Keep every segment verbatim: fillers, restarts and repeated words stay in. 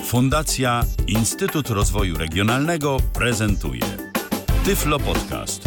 Fundacja Instytut Rozwoju Regionalnego prezentuje Tyflo Podcast.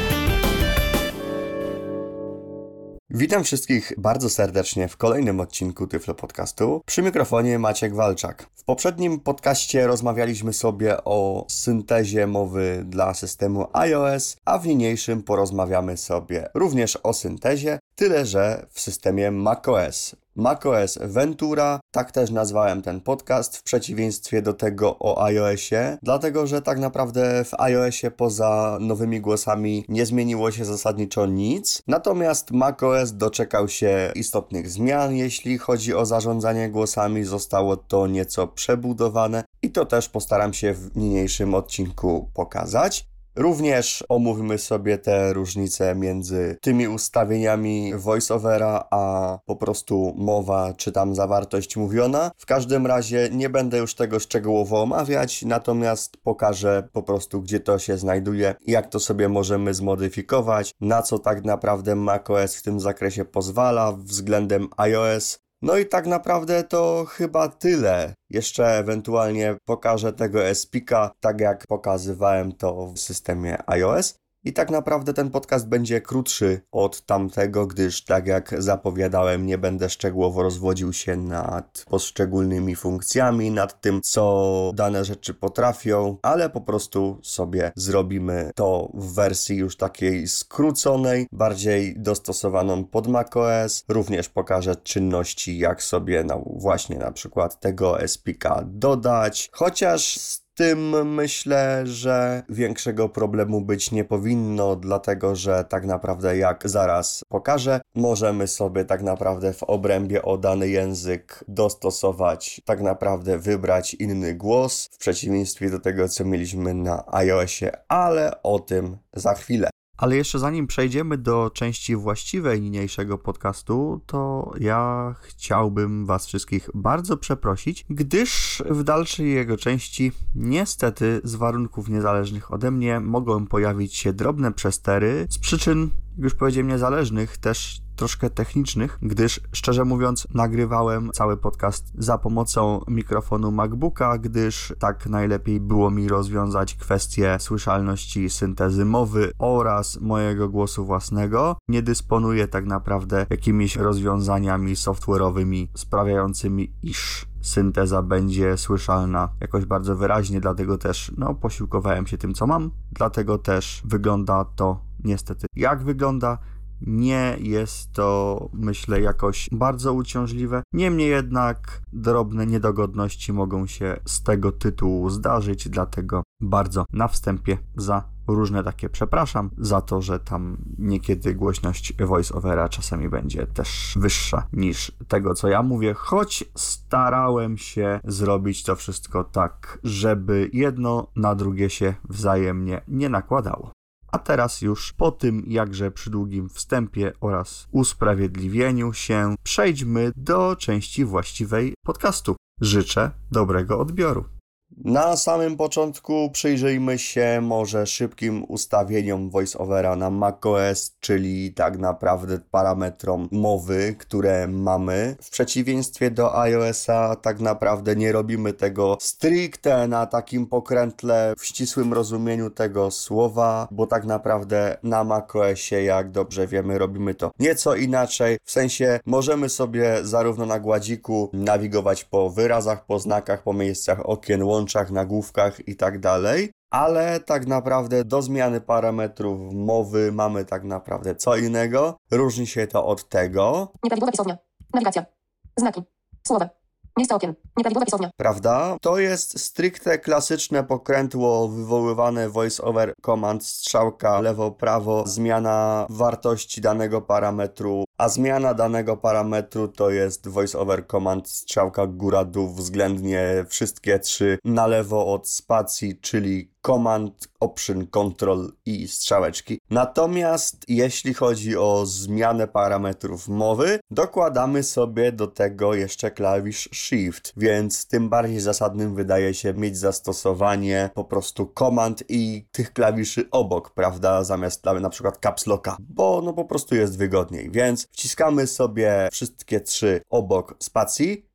Witam wszystkich bardzo serdecznie w kolejnym odcinku Tyflo Podcastu. Przy mikrofonie Maciek Walczak. W poprzednim podcaście rozmawialiśmy sobie o syntezie mowy dla systemu iOS, a w niniejszym porozmawiamy sobie również o syntezie, tyle że w systemie macOS. macOS Ventura, tak też nazwałem ten podcast, w przeciwieństwie do tego o iOSie, dlatego że tak naprawdę w iOSie poza nowymi głosami nie zmieniło się zasadniczo nic, natomiast macOS doczekał się istotnych zmian, jeśli chodzi o zarządzanie głosami, zostało to nieco przebudowane i to też postaram się w niniejszym odcinku pokazać. Również omówimy sobie te różnice między tymi ustawieniami voiceovera, a po prostu mowa czy tam zawartość mówiona. W każdym razie nie będę już tego szczegółowo omawiać, natomiast pokażę po prostu, gdzie to się znajduje, jak to sobie możemy zmodyfikować, na co tak naprawdę macOS w tym zakresie pozwala względem iOS. No i tak naprawdę to chyba tyle. Jeszcze ewentualnie pokażę tego Espika, tak jak pokazywałem to w systemie iOS. I tak naprawdę ten podcast będzie krótszy od tamtego, gdyż tak jak zapowiadałem, nie będę szczegółowo rozwodził się nad poszczególnymi funkcjami, nad tym, co dane rzeczy potrafią, ale po prostu sobie zrobimy to w wersji już takiej skróconej, bardziej dostosowaną pod macOS. Również pokażę czynności, jak sobie no, właśnie na przykład tego Espika dodać, chociaż z tym myślę, że większego problemu być nie powinno, dlatego że tak naprawdę jak zaraz pokażę, możemy sobie tak naprawdę w obrębie o dany język dostosować, tak naprawdę wybrać inny głos, w przeciwieństwie do tego, co mieliśmy na iOSie, ale o tym za chwilę. Ale jeszcze zanim przejdziemy do części właściwej niniejszego podcastu, to ja chciałbym Was wszystkich bardzo przeprosić, gdyż w dalszej jego części niestety z warunków niezależnych ode mnie mogą pojawić się drobne przestery z przyczyn, jak już powiedziałem, niezależnych, też troszkę technicznych, gdyż szczerze mówiąc nagrywałem cały podcast za pomocą mikrofonu MacBooka, gdyż tak najlepiej było mi rozwiązać kwestię słyszalności syntezy mowy oraz mojego głosu własnego. Nie dysponuję tak naprawdę jakimiś rozwiązaniami software'owymi sprawiającymi, iż synteza będzie słyszalna jakoś bardzo wyraźnie, dlatego też no, posiłkowałem się tym, co mam, dlatego też wygląda to niestety jak wygląda. Nie jest to, myślę, jakoś bardzo uciążliwe. Niemniej jednak drobne niedogodności mogą się z tego tytułu zdarzyć, dlatego bardzo na wstępie za różne takie przepraszam, za to, że tam niekiedy głośność voiceovera czasami będzie też wyższa niż tego, co ja mówię, choć starałem się zrobić to wszystko tak, żeby jedno na drugie się wzajemnie nie nakładało. A teraz już po tym jakże przydługim wstępie oraz usprawiedliwieniu się przejdźmy do części właściwej podcastu. Życzę dobrego odbioru. Na samym początku przyjrzyjmy się może szybkim ustawieniom voiceovera na macOS, czyli tak naprawdę parametrom mowy, które mamy. W przeciwieństwie do iOS-a tak naprawdę nie robimy tego stricte na takim pokrętle w ścisłym rozumieniu tego słowa, bo tak naprawdę na macOSie, jak dobrze wiemy, robimy to nieco inaczej. W sensie możemy sobie zarówno na gładziku nawigować po wyrazach, po znakach, po miejscach okien, łączach, nagłówkach i tak dalej, ale tak naprawdę do zmiany parametrów mowy mamy tak naprawdę co innego. Różni się to od tego. Nieprawidłowa pisownia. Nawigacja. Znaki. Słowa. Miejsca okien. Nieprawidłowa pisownia. Prawda? To jest stricte klasyczne pokrętło wywoływane voice over command, strzałka lewo-prawo, zmiana wartości danego parametru, a zmiana danego parametru to jest voice over command, strzałka góra-dół, względnie wszystkie trzy na lewo od spacji, czyli Command, Option, Control i strzałeczki. Natomiast jeśli chodzi o zmianę parametrów mowy, dokładamy sobie do tego jeszcze klawisz Shift, więc tym bardziej zasadnym wydaje się mieć zastosowanie po prostu Command i tych klawiszy obok, prawda, zamiast na przykład Caps Locka, bo no po prostu jest wygodniej, więc wciskamy sobie wszystkie trzy obok spacji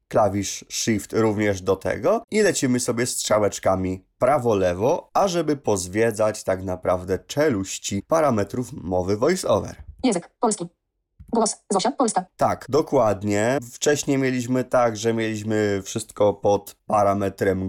klawisz Shift również do tego i lecimy sobie strzałeczkami prawo-lewo, ażeby pozwiedzać tak naprawdę czeluści parametrów mowy VoiceOver. Język polski. Głos Zosia Polska. Tak, dokładnie. Wcześniej mieliśmy tak, że mieliśmy wszystko pod parametrem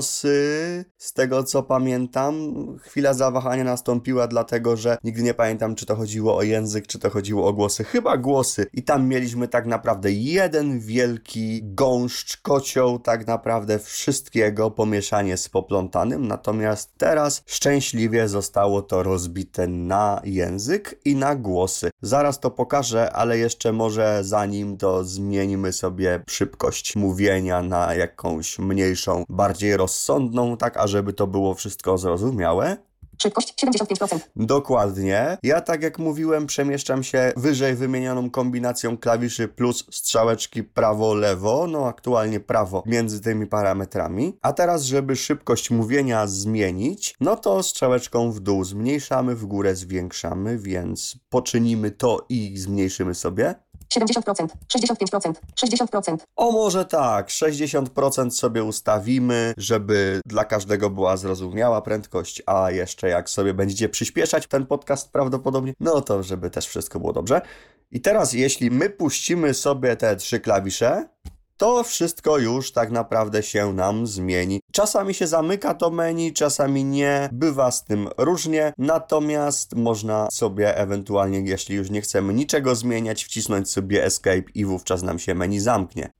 głosy. Z tego co pamiętam, chwila zawahania nastąpiła, dlatego że nigdy nie pamiętam, czy to chodziło o język, czy to chodziło o głosy. Chyba głosy. I tam mieliśmy tak naprawdę jeden wielki gąszcz, kocioł, tak naprawdę wszystkiego, pomieszanie z poplątanym. Natomiast teraz szczęśliwie zostało to rozbite na język i na głosy. Zaraz to pokażę, ale jeszcze może zanim to zmienimy sobie szybkość mówienia na jakąś mniejszą, bardziej rozsądną, tak ażeby to było wszystko zrozumiałe. Szybkość siedemdziesiąt pięć procent. Dokładnie. Ja, tak jak mówiłem, przemieszczam się wyżej wymienioną kombinacją klawiszy plus strzałeczki prawo-lewo, no aktualnie prawo między tymi parametrami. A teraz, żeby szybkość mówienia zmienić, no to strzałeczką w dół zmniejszamy, w górę zwiększamy, więc poczynimy to i zmniejszymy sobie. siedemdziesiąt procent, sześćdziesiąt pięć procent, sześćdziesiąt procent. O, może tak, sześćdziesiąt procent sobie ustawimy, żeby dla każdego była zrozumiała prędkość, a jeszcze jak sobie będziecie przyspieszać ten podcast prawdopodobnie, no to żeby też wszystko było dobrze. I teraz jeśli my puścimy sobie te trzy klawisze, to wszystko już tak naprawdę się nam zmieni. Czasami się zamyka to menu, czasami nie, bywa z tym różnie, natomiast można sobie ewentualnie, jeśli już nie chcemy niczego zmieniać, wcisnąć sobie Escape i wówczas nam się menu zamknie.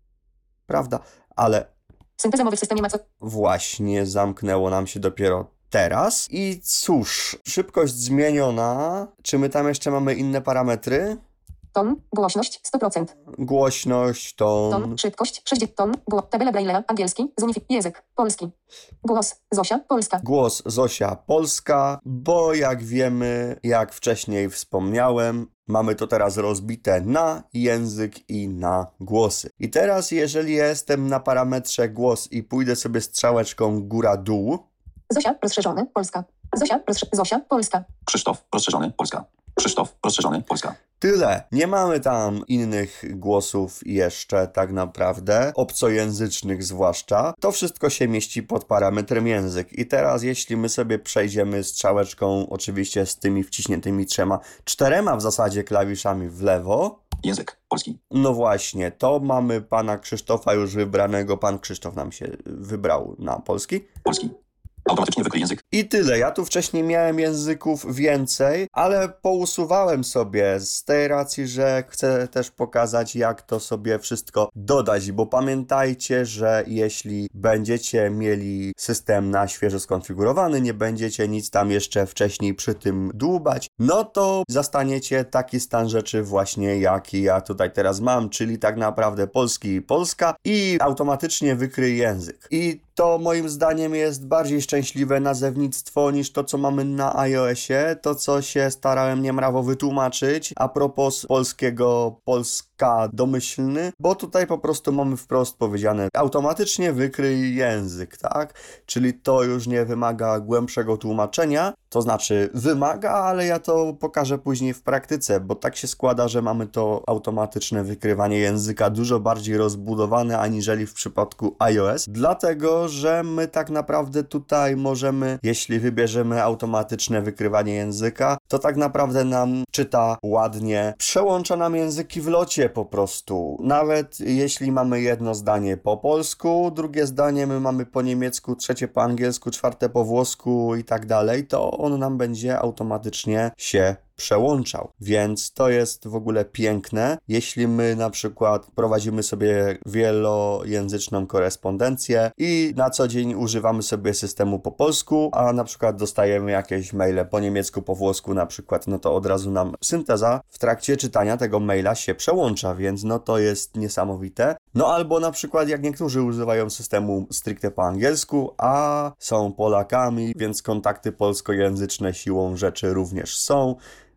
Prawda? Ale Synteza mowy w systemie ma co? właśnie zamknęło nam się dopiero teraz. I cóż, szybkość zmieniona. Czy my tam jeszcze mamy inne parametry? Ton, głośność sto procent. Głośność, ton. Ton, szybkość sześćdziesiąt ton, głos, tabela Braille'a, angielski, zunifik, język, polski. Głos Zosia Polska. Głos Zosia Polska, bo jak wiemy, jak wcześniej wspomniałem, mamy to teraz rozbite na język i na głosy. I teraz, jeżeli jestem na parametrze głos i pójdę sobie strzałeczką góra-dół. Zosia rozszerzony, Polska. Zosia, rozsze- Zosia Polska. Krzysztof, rozszerzony, Polska. Krzysztof, rozszerzony, Polska. Tyle. Nie mamy tam innych głosów jeszcze tak naprawdę, obcojęzycznych zwłaszcza. To wszystko się mieści pod parametrem język. I teraz jeśli my sobie przejdziemy strzałeczką, oczywiście z tymi wciśniętymi trzema, czterema w zasadzie klawiszami w lewo. Język polski. No właśnie, to mamy pana Krzysztofa już wybranego. Pan Krzysztof nam się wybrał na polski. Polski. Automatycznie wykryj język. I tyle. Ja tu wcześniej miałem języków więcej, ale pousuwałem sobie z tej racji, że chcę też pokazać, jak to sobie wszystko dodać, bo pamiętajcie, że jeśli będziecie mieli system na świeżo skonfigurowany, nie będziecie nic tam jeszcze wcześniej przy tym dłubać, no to zastaniecie taki stan rzeczy właśnie, jaki ja tutaj teraz mam, czyli tak naprawdę polski i Polska i automatycznie wykryj język. I to moim zdaniem jest bardziej szczęśliwe nazewnictwo niż to, co mamy na iOSie, to co się starałem niemrawo wytłumaczyć a propos polskiego Polska domyślny, bo tutaj po prostu mamy wprost powiedziane automatycznie wykryj język, tak? Czyli to już nie wymaga głębszego tłumaczenia, to znaczy wymaga, ale ja to pokażę później w praktyce, bo tak się składa, że mamy to automatyczne wykrywanie języka dużo bardziej rozbudowane aniżeli w przypadku iOS, dlatego, że my tak naprawdę tutaj możemy, jeśli wybierzemy automatyczne wykrywanie języka, to tak naprawdę nam czyta ładnie, przełącza nam języki w locie po prostu. Nawet jeśli mamy jedno zdanie po polsku, drugie zdanie my mamy po niemiecku, trzecie po angielsku, czwarte po włosku i tak dalej, to on nam będzie automatycznie się przełączał, więc to jest w ogóle piękne. Jeśli my na przykład prowadzimy sobie wielojęzyczną korespondencję i na co dzień używamy sobie systemu po polsku, a na przykład dostajemy jakieś maile po niemiecku, po włosku na przykład, no to od razu nam synteza w trakcie czytania tego maila się przełącza, więc no to jest niesamowite. No albo na przykład jak niektórzy używają systemu stricte po angielsku, a są Polakami, więc kontakty polskojęzyczne siłą rzeczy również są.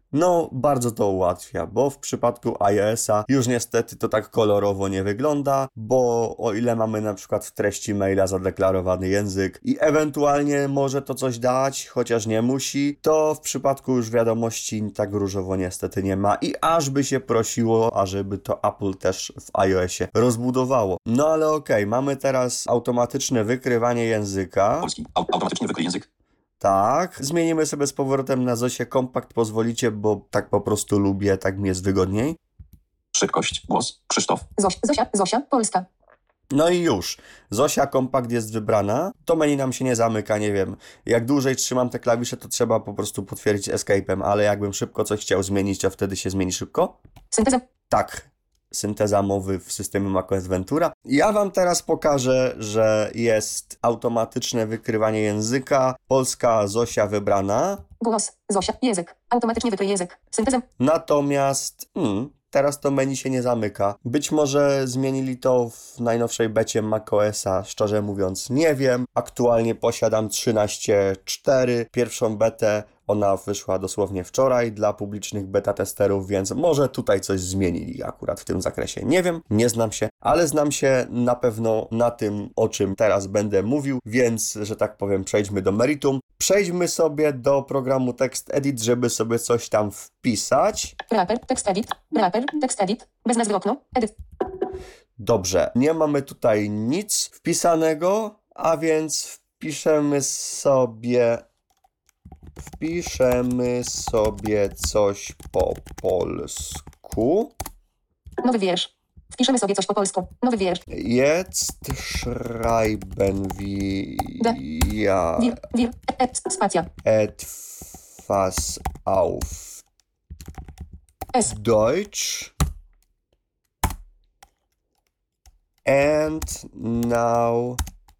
No, bardzo to ułatwia, bo w przypadku iOS-a już niestety to tak kolorowo nie wygląda, bo o ile mamy na przykład w treści maila zadeklarowany język i ewentualnie może to coś dać, chociaż nie musi, to w przypadku już wiadomości tak różowo niestety nie ma i aż by się prosiło, ażeby to Apple też w iOSie rozbudowało. No ale okej, okay, mamy teraz automatyczne wykrywanie języka. Polski. Au- automatycznie wykryj język. Tak, zmienimy sobie z powrotem na Zosię Kompakt, pozwolicie, bo tak po prostu lubię, tak mi jest wygodniej. Szybkość. Głos. Krzysztof. Zosia, Zosia, Zosia, Polska. No i już. Zosia Kompakt jest wybrana. To menu nam się nie zamyka, nie wiem. Jak dłużej trzymam te klawisze, to trzeba po prostu potwierdzić escape'em, ale jakbym szybko coś chciał zmienić, to wtedy się zmieni szybko? Synteza. Tak. Synteza mowy w systemie macOS Ventura. Ja wam teraz pokażę, że jest automatyczne wykrywanie języka. Polska Zosia wybrana. Głos, Zosia, język. Automatycznie wykryj język. Synteza. Natomiast hmm, teraz to menu się nie zamyka. Być może zmienili to w najnowszej becie macOSa, szczerze mówiąc nie wiem. Aktualnie posiadam trzynaście cztery, pierwszą betę. Ona wyszła dosłownie wczoraj dla publicznych beta testerów, więc może tutaj coś zmienili akurat w tym zakresie. Nie wiem, nie znam się, ale znam się na pewno na tym, o czym teraz będę mówił, więc, że tak powiem, przejdźmy do meritum. Przejdźmy sobie do programu TextEdit, żeby sobie coś tam wpisać. Wrapper, TextEdit. Wrapper, TextEdit. Bez nazwy okno. Edit. Dobrze, nie mamy tutaj nic wpisanego, a więc wpiszemy sobie... Wpiszemy sobie coś po polsku. Nowy wiersz. Wpiszemy sobie coś po polsku. Nowy wiersz. Jetzt schreiben wir Wir, wir, et, spacja. etwas auf S. Deutsch. And now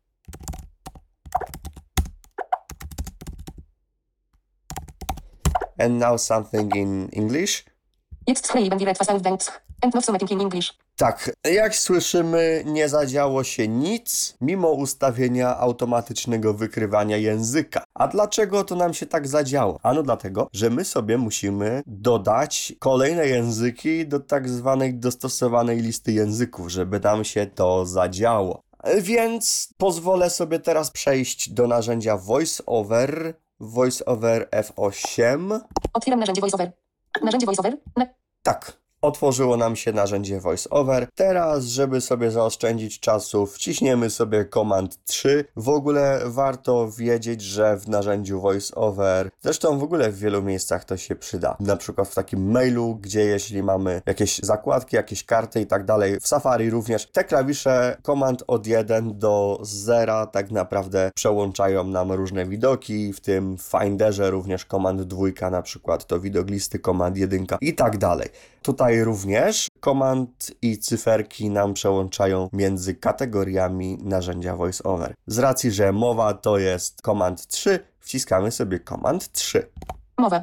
And now something in English. Jetzt schreiben wir etwas auf Deutsch. And not something in English. Tak, jak słyszymy, nie zadziało się nic, mimo ustawienia automatycznego wykrywania języka. A dlaczego to nam się tak zadziało? Ano dlatego, że my sobie musimy dodać kolejne języki do tak zwanej dostosowanej listy języków, żeby nam się to zadziało. Więc pozwolę sobie teraz przejść do narzędzia VoiceOver. VoiceOver F osiem. Otwieram narzędzie VoiceOver. Narzędzie VoiceOver. Na... Tak, otworzyło nam się narzędzie VoiceOver. Teraz, żeby sobie zaoszczędzić czasu, wciśniemy sobie Command trzy. W ogóle warto wiedzieć, że w narzędziu VoiceOver, zresztą w ogóle w wielu miejscach to się przyda. Na przykład w takim mailu, gdzie jeśli mamy jakieś zakładki, jakieś karty i tak dalej, w Safari również, te klawisze Command od jeden do zera tak naprawdę przełączają nam różne widoki, w tym w Finderze również Command dwa na przykład to widok listy, Command jeden i tak dalej. Tutaj również komand i cyferki nam przełączają między kategoriami narzędzia VoiceOver. Z racji, że mowa to jest Command trzy, wciskamy sobie Command trzy. Mowa.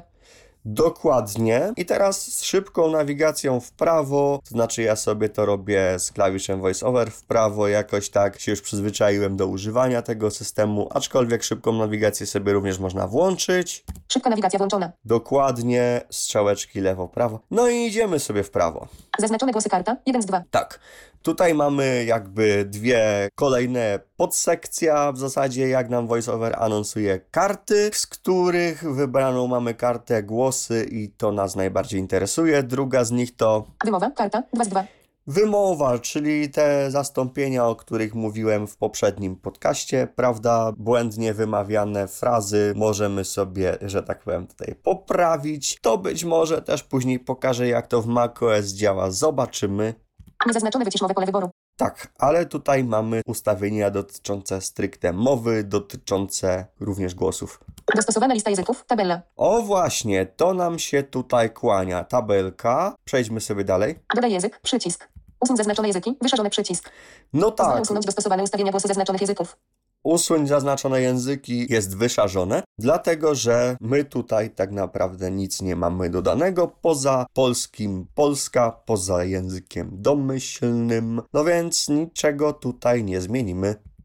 Dokładnie. I teraz z szybką nawigacją w prawo, to znaczy ja sobie to robię z klawiszem VoiceOver w prawo, jakoś tak się już przyzwyczaiłem do używania tego systemu, aczkolwiek szybką nawigację sobie również można włączyć. Szybka nawigacja włączona. Dokładnie, strzałeczki lewo, prawo. No i idziemy sobie w prawo. Zaznaczone głosy karta jeden z dwa. Tak. Tutaj mamy jakby dwie kolejne podsekcja, w zasadzie jak nam VoiceOver anonsuje karty, z których wybraną mamy kartę głosy i to nas najbardziej interesuje. Druga z nich to Wymowa, karta dwa z dwa. wymowa, czyli te zastąpienia, o których mówiłem w poprzednim podcaście, prawda? Błędnie wymawiane frazy możemy sobie, że tak powiem, tutaj poprawić. To być może też później pokażę, jak to w macOS działa. Zobaczymy. Niezaznaczone wyciszowe pole wyboru. Tak, ale tutaj mamy ustawienia dotyczące stricte mowy, dotyczące również głosów. Dostosowana lista języków, tabela. O właśnie, to nam się tutaj kłania. Tabelka. Przejdźmy sobie dalej. Dodaj język, przycisk. Usuń zaznaczone języki, wyszarzony przycisk. No Pozwól tak, usunąć dostosowane ustawienia głosu zaznaczonych języków. usuń zaznaczone języki jest wyszarzone, dlatego że my tutaj tak naprawdę nic nie mamy dodanego poza polskim Polska, poza językiem domyślnym, no więc niczego tutaj nie zmienimy.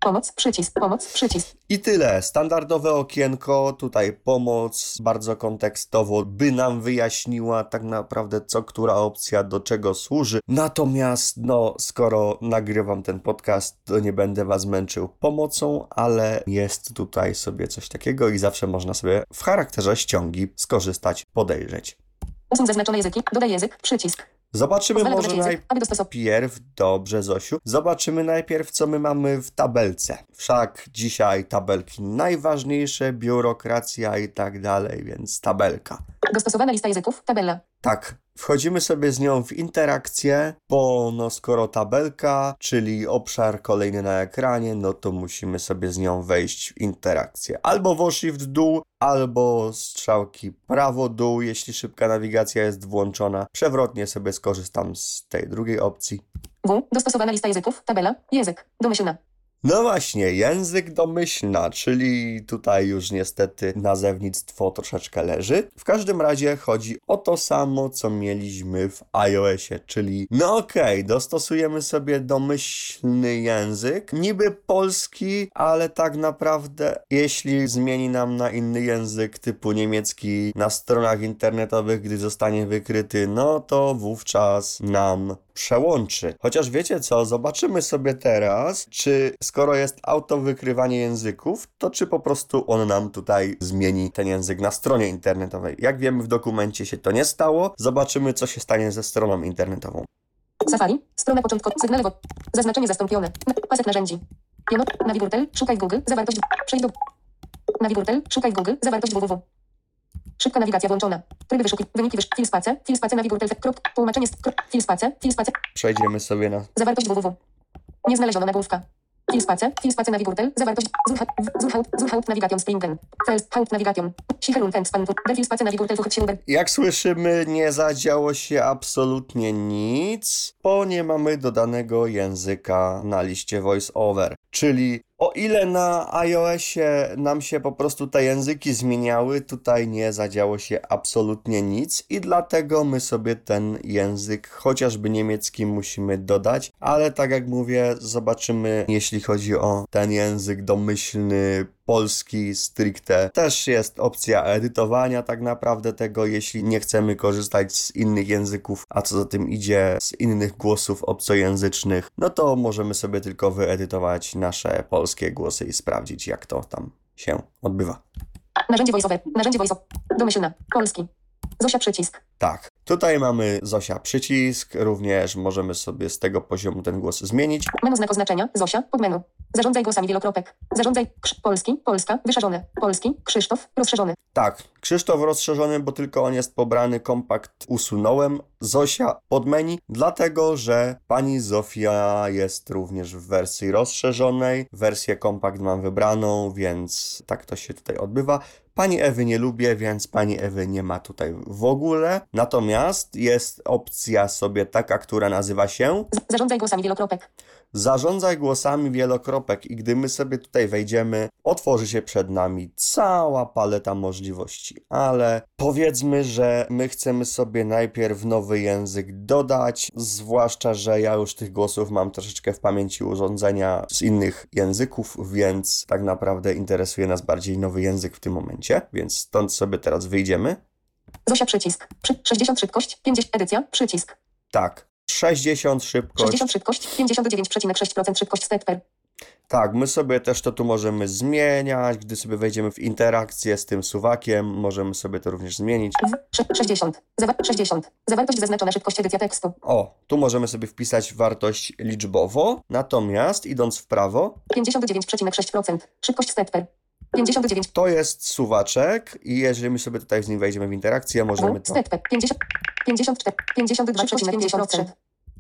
Pomoc, przycisk, pomoc, przycisk. I tyle. Standardowe okienko, tutaj pomoc, bardzo kontekstowo, by nam wyjaśniła tak naprawdę co która opcja do czego służy. Natomiast, no, skoro nagrywam ten podcast, to nie będę was męczył pomocą, ale jest tutaj sobie coś takiego i zawsze można sobie w charakterze ściągi skorzystać, podejrzeć. Usuń zaznaczone języki, dodaj język, przycisk. Zobaczymy Pozwala może dodać język, aby dostosować. najpierw, dobrze Zosiu, zobaczymy najpierw co my mamy w tabelce. Wszak dzisiaj tabelki najważniejsze, biurokracja i tak dalej, więc tabelka. Dostosowana lista języków, tabela. Tak, wchodzimy sobie z nią w interakcję, bo no skoro tabelka, czyli obszar kolejny na ekranie, no to musimy sobie z nią wejść w interakcję. Albo w shift dół, albo strzałki prawo-dół, jeśli szybka nawigacja jest włączona. Przewrotnie sobie skorzystam z tej drugiej opcji. W. Dostosowana lista języków, tabela, język, domyślna. No właśnie, język domyślna, czyli tutaj już niestety nazewnictwo troszeczkę leży. W każdym razie chodzi o to samo, co mieliśmy w iOSie, czyli no okej, okay, dostosujemy sobie domyślny język, niby polski, ale tak naprawdę jeśli zmieni nam na inny język typu niemiecki na stronach internetowych, gdy zostanie wykryty, no to wówczas nam przełączy. Chociaż wiecie co, zobaczymy sobie teraz, czy skoro jest autowykrywanie języków, to czy po prostu on nam tutaj zmieni ten język na stronie internetowej. Jak wiemy, w dokumencie się to nie stało. Zobaczymy, co się stanie ze stroną internetową. Safari, strona początkowa, sygnały, wo- zaznaczenie zastąpione, N- pasek narzędzi. Piono, Naviwurtel, szukaj w Google, zawartość, przejdź do... Naviwurtel, szukaj w Google, zawartość www. Szybka nawigacja włączona. Tryby wyszuki, wyniki wysz... Fil space, fil space, Naviwurtel, krop, tłumaczenie, krop, fil space, fil space, Przejdziemy sobie na... zawartość www. Nie znaleziono nagłówka. Fil space, fil space, Naviwurtel, zawartość, Zulhaut, Zulhaut, Navigation, Springen, First, Haupt, Navigation, Sicherung, Entspann, Fil space, Naviwurtel, Fuchsiuber. Jak słyszymy, nie zadziało się absolutnie nic, bo nie mamy dodanego języka na liście VoiceOver. Czyli o ile na iOSie nam się po prostu te języki zmieniały, tutaj nie zadziało się absolutnie nic i dlatego my sobie ten język, chociażby niemiecki, musimy dodać, ale tak jak mówię, zobaczymy, jeśli chodzi o ten język domyślny, polski stricte. Też jest opcja edytowania tak naprawdę tego, jeśli nie chcemy korzystać z innych języków, a co za tym idzie z innych głosów obcojęzycznych, no to możemy sobie tylko wyedytować nasze polskie głosy i sprawdzić, jak to tam się odbywa. Narzędzie VoiceOver, narzędzie VoiceOver, domyślna, polski. Zosia przycisk. Tak, tutaj mamy Zosia przycisk, również możemy sobie z tego poziomu ten głos zmienić. Menu znak oznaczenia, Zosia, podmenu. Zarządzaj głosami wielokropek. Zarządzaj, krz, polski, Polska, wyszarzone, polski, Krzysztof, rozszerzony. Tak, Krzysztof rozszerzony, bo tylko on jest pobrany, kompakt usunąłem. Zosia podmenu, dlatego że pani Zofia jest również w wersji rozszerzonej. Wersję kompakt mam wybraną, więc tak to się tutaj odbywa. Pani Ewy nie lubię, więc pani Ewy nie ma tutaj w ogóle. Natomiast jest opcja sobie taka, która nazywa się Z- zarządzaj głosami wielokropek. Zarządzaj głosami wielokropek i gdy my sobie tutaj wejdziemy, otworzy się przed nami cała paleta możliwości. Ale powiedzmy, że my chcemy sobie najpierw nowy język dodać, zwłaszcza, że ja już tych głosów mam troszeczkę w pamięci urządzenia z innych języków, więc tak naprawdę interesuje nas bardziej nowy język w tym momencie, więc stąd sobie teraz wyjdziemy. Zosia przycisk. Przy, sześćdziesiąt szybkość, pięćdziesiąt edycja, przycisk. Tak, sześćdziesiąt szybkość. sześćdziesiąt szybkość, pięćdziesiąt dziewięć przecinek sześć procent szybkość stepper. Tak, my sobie też to tu możemy zmieniać, gdy sobie wejdziemy w interakcję z tym suwakiem, możemy sobie to również zmienić. W, sze- sześćdziesiąt. Zawa- sześćdziesiąt. Zawartość zaznaczona, szybkość edycja tekstu. O, tu możemy sobie wpisać wartość liczbowo, natomiast idąc w prawo, pięćdziesiąt dziewięć przecinek sześć procent szybkość stepper. pięćdziesiąt dziewięć. to jest suwaczek i jeżeli my sobie tutaj z nim wejdziemy w interakcję, możemy W, to... stepper. pięćdziesiąt, pięćdziesiąt cztery, pięćdziesiąt dwa przecinek pięć procent.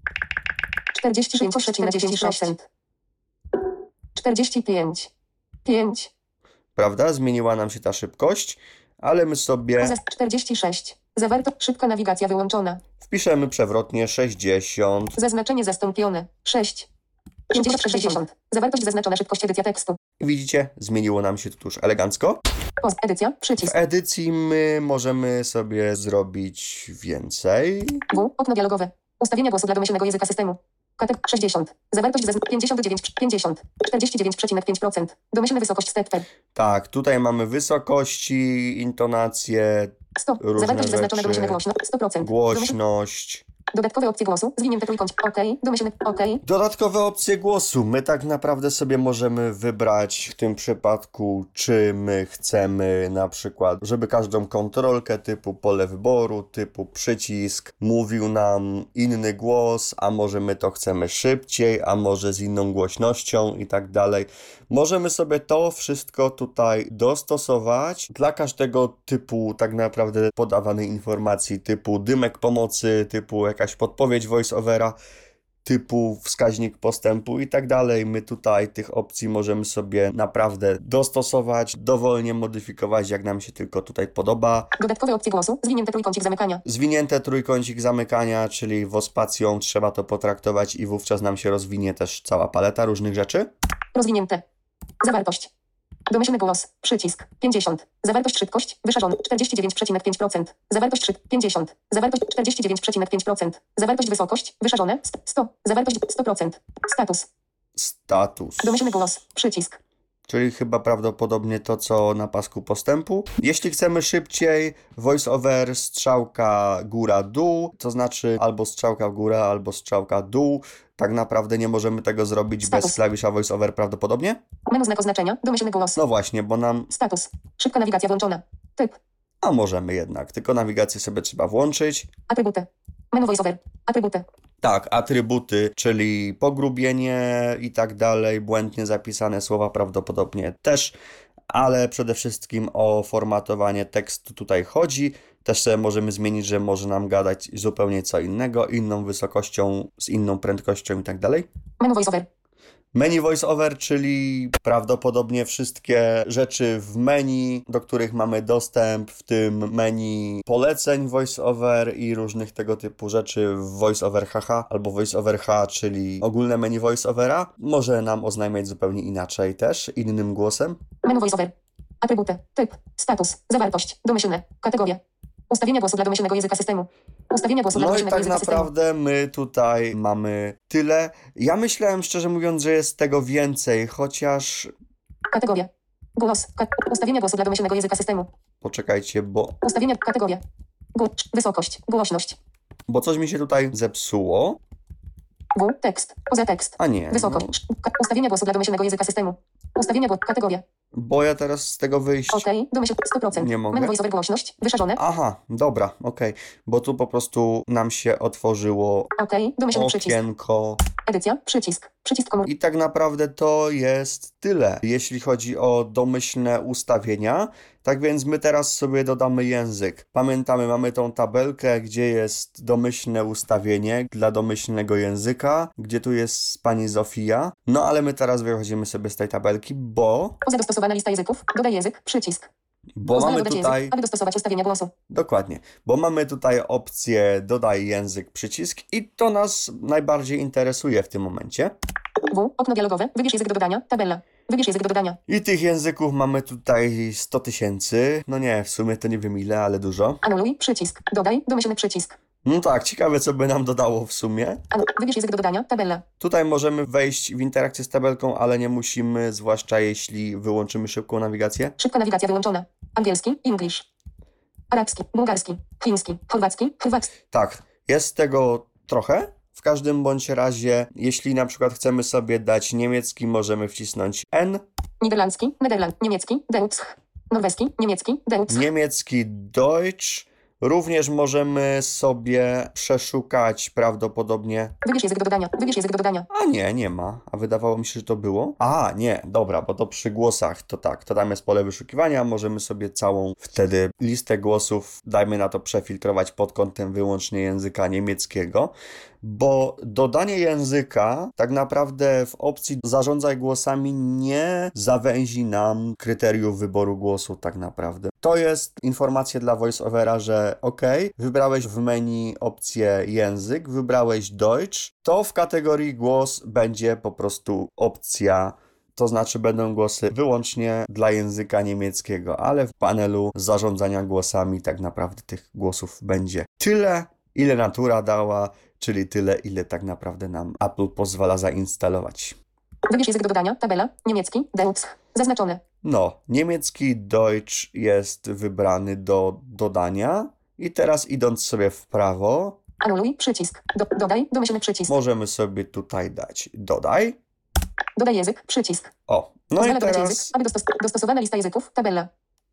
czterdzieści pięć przecinek dziesięć procent. czterdzieści pięć. pięć. Prawda? Zmieniła nam się ta szybkość, ale my sobie Zas- czterdzieści sześć. Zawarto szybka nawigacja wyłączona. wpiszemy przewrotnie sześćdziesiąt. Zaznaczenie zastąpione. sześć. pięćdziesiąt sześćdziesiąt. Zawartość zaznaczona, szybkość edycja tekstu. Widzicie? Zmieniło nam się tu już elegancko. Post edycja, W przycisk. edycji my możemy sobie zrobić więcej. W. Okno dialogowe. Ustawienia głosu dla domyślnego języka systemu. Kategoria sześćdziesiąt. Zawartość zaznaczona. pięćdziesiąt dziewięć, pięćdziesiąt. czterdzieści dziewięć przecinek pięć procent. Domyślna wysokość stepper. Tak, tutaj mamy wysokości, intonacje, sto. różne Zawartość zaznaczona. rzeczy, Domyślna głośno. sto procent. Domyślna... głośność. Dodatkowe opcje głosu. Zwinięte trójkącik. OK. Domyślny. OK. Dodatkowe opcje głosu. My tak naprawdę sobie możemy wybrać w tym przypadku, czy my chcemy na przykład, żeby każdą kontrolkę typu pole wyboru, typu przycisk mówił nam inny głos, a może my to chcemy szybciej, a może z inną głośnością i tak dalej. Możemy sobie to wszystko tutaj dostosować dla każdego typu tak naprawdę podawanej informacji, typu dymek pomocy, typu jakaś podpowiedź voice-overa, typu wskaźnik postępu i tak dalej. My tutaj tych opcji możemy sobie naprawdę dostosować, dowolnie modyfikować, jak nam się tylko tutaj podoba. Dodatkowe opcje głosu. Zwinięte trójkącik zamykania. Zwinięte trójkącik zamykania, czyli wospacją trzeba to potraktować i wówczas nam się rozwinie też cała paleta różnych rzeczy. Rozwinięte. Zawartość. Domyślny głos. Przycisk. pięćdziesiąt. Zawartość szybkość. Wyszarzony. czterdzieści dziewięć przecinek pięć procent. Zawartość szyb. pięćdziesiąt. Zawartość czterdzieści dziewięć przecinek pięć procent. Zawartość wysokość. Wyszarzone. sto. Zawartość sto procent. Status. Status. Domyślny głos. Przycisk. Czyli chyba prawdopodobnie to, co na pasku postępu. Jeśli chcemy szybciej, voice-over strzałka góra-dół, to znaczy albo strzałka w górę, albo strzałka dół. Tak naprawdę nie możemy tego zrobić Status. bez klawisza voice-over prawdopodobnie. Menu znak oznaczenia. Domyślny głos. No właśnie, bo nam... Status. Szybka nawigacja włączona. Typ. A możemy jednak, tylko nawigację sobie trzeba włączyć. Atrybuty. Menu voiceover. Atrybuty. Tak, atrybuty, czyli pogrubienie i tak dalej, błędnie zapisane słowa prawdopodobnie też, ale przede wszystkim o formatowanie tekstu tutaj chodzi. Też sobie możemy zmienić, że może nam gadać zupełnie co innego, inną wysokością, z inną prędkością i tak dalej. Menu voiceover. Menu voiceover, czyli prawdopodobnie wszystkie rzeczy w menu, do których mamy dostęp, w tym menu poleceń voiceover i różnych tego typu rzeczy w voiceover H H albo voiceover H, czyli ogólne menu voiceovera, może nam oznajmiać zupełnie inaczej też, innym głosem. Menu voiceover. Atrybuty. Typ. Status. Zawartość. Domyślne. Kategorie. Ustawienia głosu dla domyślnego języka systemu. Ustawienia głosu dla No i domyślnego tak języka systemu. naprawdę my tutaj mamy tyle. Ja myślałem szczerze mówiąc, że jest tego więcej, chociaż... Kategorie. Głos. Ka ustawienia głosu dla domyślnego języka systemu. Poczekajcie, bo... Ustawienia. Kategorie. Głos. Wysokość. Głośność. bo coś mi się tutaj zepsuło. W. Tekst. Poza tekst. A nie, Wysokość. no, Ka- Ustawienia głosu dla domyślnego języka systemu. Ustawienia głosu. Kategorie. bo ja teraz z tego wyjść... OK. Domyśl. sto procent. Nie mogę. Menu voiceover głośność. Wyszarzone. Aha, dobra, okej, bo tu po prostu nam się otworzyło OK. Domyślny przycisk. okienko Edycja. Przycisk. Przycisk komór. i tak naprawdę to jest tyle, jeśli chodzi o domyślne ustawienia. Tak więc my teraz sobie dodamy język. Pamiętamy, mamy tą tabelkę, gdzie jest domyślne ustawienie dla domyślnego języka, gdzie tu jest pani Zofia. No ale my teraz wychodzimy sobie z tej tabelki, bo... Poza dostosowana lista języków. Dodaj język. Przycisk. Bo Pozwala mamy dodać tutaj... język, aby dostosować ustawienia głosu. Dokładnie, bo mamy tutaj opcję dodaj język, przycisk i to nas najbardziej interesuje w tym momencie. W. Okno dialogowe. Wybierz język do dodania. Tabela. Wybierz język do dodania. I tych języków mamy tutaj sto tysięcy. No nie, w sumie to nie wiem ile, ale dużo. Anuluj. Przycisk. Dodaj. Domyślny przycisk. No tak, ciekawe co by nam dodało w sumie. Anu- Wybierz język do dodania. Tabela. Tutaj możemy wejść w interakcję z tabelką, ale nie musimy, zwłaszcza jeśli wyłączymy szybką nawigację. Szybka nawigacja wyłączona. Angielski. English. Arabski. Bułgarski. Chiński. Chorwacki. Chorwacki. Tak, jest tego trochę. W każdym bądź razie, jeśli na przykład chcemy sobie dać niemiecki, możemy wcisnąć N. Niderlandzki. Nederland. Niemiecki. Deutsch. Norweski. Niemiecki. Deutsch. Niemiecki Deutsch. Również możemy sobie przeszukać prawdopodobnie... Wybierz język do dodania. Wybierz język do dodania. A nie, nie ma. A wydawało mi się, że to było. A, nie, dobra, bo to przy głosach to tak. To tam jest pole wyszukiwania. Możemy sobie całą wtedy listę głosów, dajmy na to, przefiltrować pod kątem wyłącznie języka niemieckiego. Bo dodanie języka tak naprawdę w opcji zarządzaj głosami nie zawęzi nam kryteriów wyboru głosu tak naprawdę. To jest informacja dla voiceovera, że ok, wybrałeś w menu opcję język, wybrałeś Deutsch, to w kategorii głos będzie po prostu opcja, to znaczy będą głosy wyłącznie dla języka niemieckiego, ale w panelu zarządzania głosami tak naprawdę tych głosów będzie tyle, ile natura dała, czyli tyle, ile tak naprawdę nam Apple pozwala zainstalować. Wybierz język do dodania, tabela, niemiecki, Deutsch, zaznaczone. No, niemiecki Deutsch jest wybrany do dodania i teraz idąc sobie w prawo, Anuluj, przycisk, do, dodaj, domyślny przycisk, możemy sobie tutaj dać dodaj. dodaj język, przycisk. O, no Pozwala i dodać teraz... język, aby dostos- dostosowana lista języków, tabela.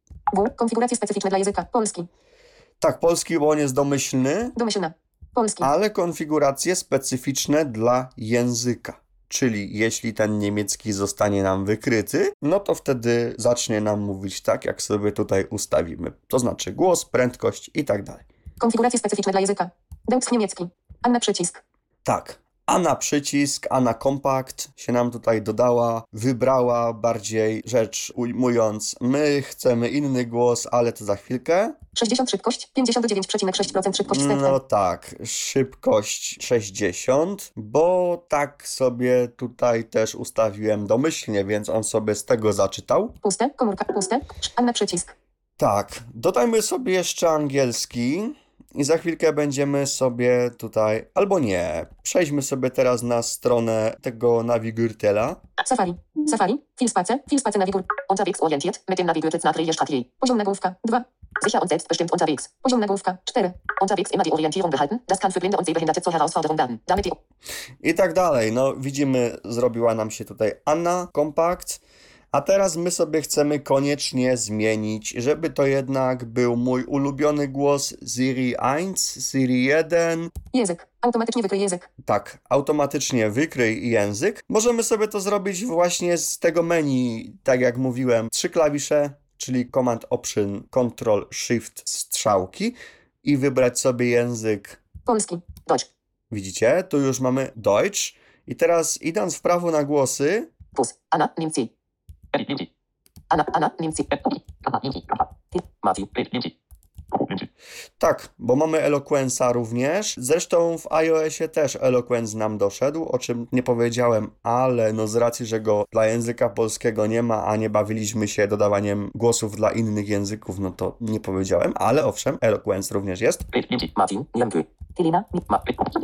W, konfiguracje specyficzne dla języka, polski, Tak, polski, bo on jest domyślny, domyślna, polski, ale konfiguracje specyficzne dla języka. Czyli jeśli ten niemiecki zostanie nam wykryty, no to wtedy zacznie nam mówić tak, jak sobie tutaj ustawimy. To znaczy głos, prędkość i tak dalej. konfiguracje specyficzne dla języka, Deutsch niemiecki, Anna przycisk, Tak, a na przycisk, a na kompakt się nam tutaj dodała, wybrała bardziej rzecz ujmując, my chcemy inny głos, ale to za chwilkę. sześćdziesiąt szybkość, pięćdziesiąt dziewięć przecinek sześć procent szybkość wstępna. No tak, szybkość sześćdziesiąt, bo tak sobie tutaj też ustawiłem domyślnie, więc on sobie z tego zaczytał. Puste, komórka, puste, Anna przycisk. Tak, dodajmy sobie jeszcze angielski i za chwilkę będziemy sobie tutaj, albo nie, przejdźmy sobie teraz na stronę tego Navigurtela. Safari, Safari, Filspace, Filspace Navigur, unterwegs orientiert, mit dem Navigurtels nach Strategie. Poziom nagłówka, dwa. Sicher und selbstbestimmt unterwegs. Poziom nagłówka, cztery. Unterwegs immer die Orientierung behalten, das kann für Blinde und Sehbehinderte zur Herausforderung werden. Damit die... I tak dalej, no widzimy, zrobiła nam się tutaj Anna, kompakt. A teraz my sobie chcemy koniecznie zmienić, żeby to jednak był mój ulubiony głos Siri jeden, Siri jeden. Język, automatycznie wykryj język. Tak, automatycznie wykryj język. Możemy sobie to zrobić właśnie z tego menu, tak jak mówiłem, trzy klawisze, czyli Command Option, Control Shift, strzałki i wybrać sobie język. Polski, Deutsch, Widzicie? Tu już mamy Deutsch. I teraz idąc w prawo na głosy, Pus, Anna, nimmt sie. Edit, nimm sie. Anna, Anna, nimmt sie. Anna, nimm sie. Martin, Edit, nimm sie. Nimm sie. tak, bo mamy Eloquence'a również. Zresztą w iOSie też Eloquence nam doszedł, o czym nie powiedziałem, ale no z racji, że go dla języka polskiego nie ma, a nie bawiliśmy się dodawaniem głosów dla innych języków, no to nie powiedziałem, ale owszem, Eloquence również jest. Edit, nimm sie. Martin, Niamkö. Helena, Ma-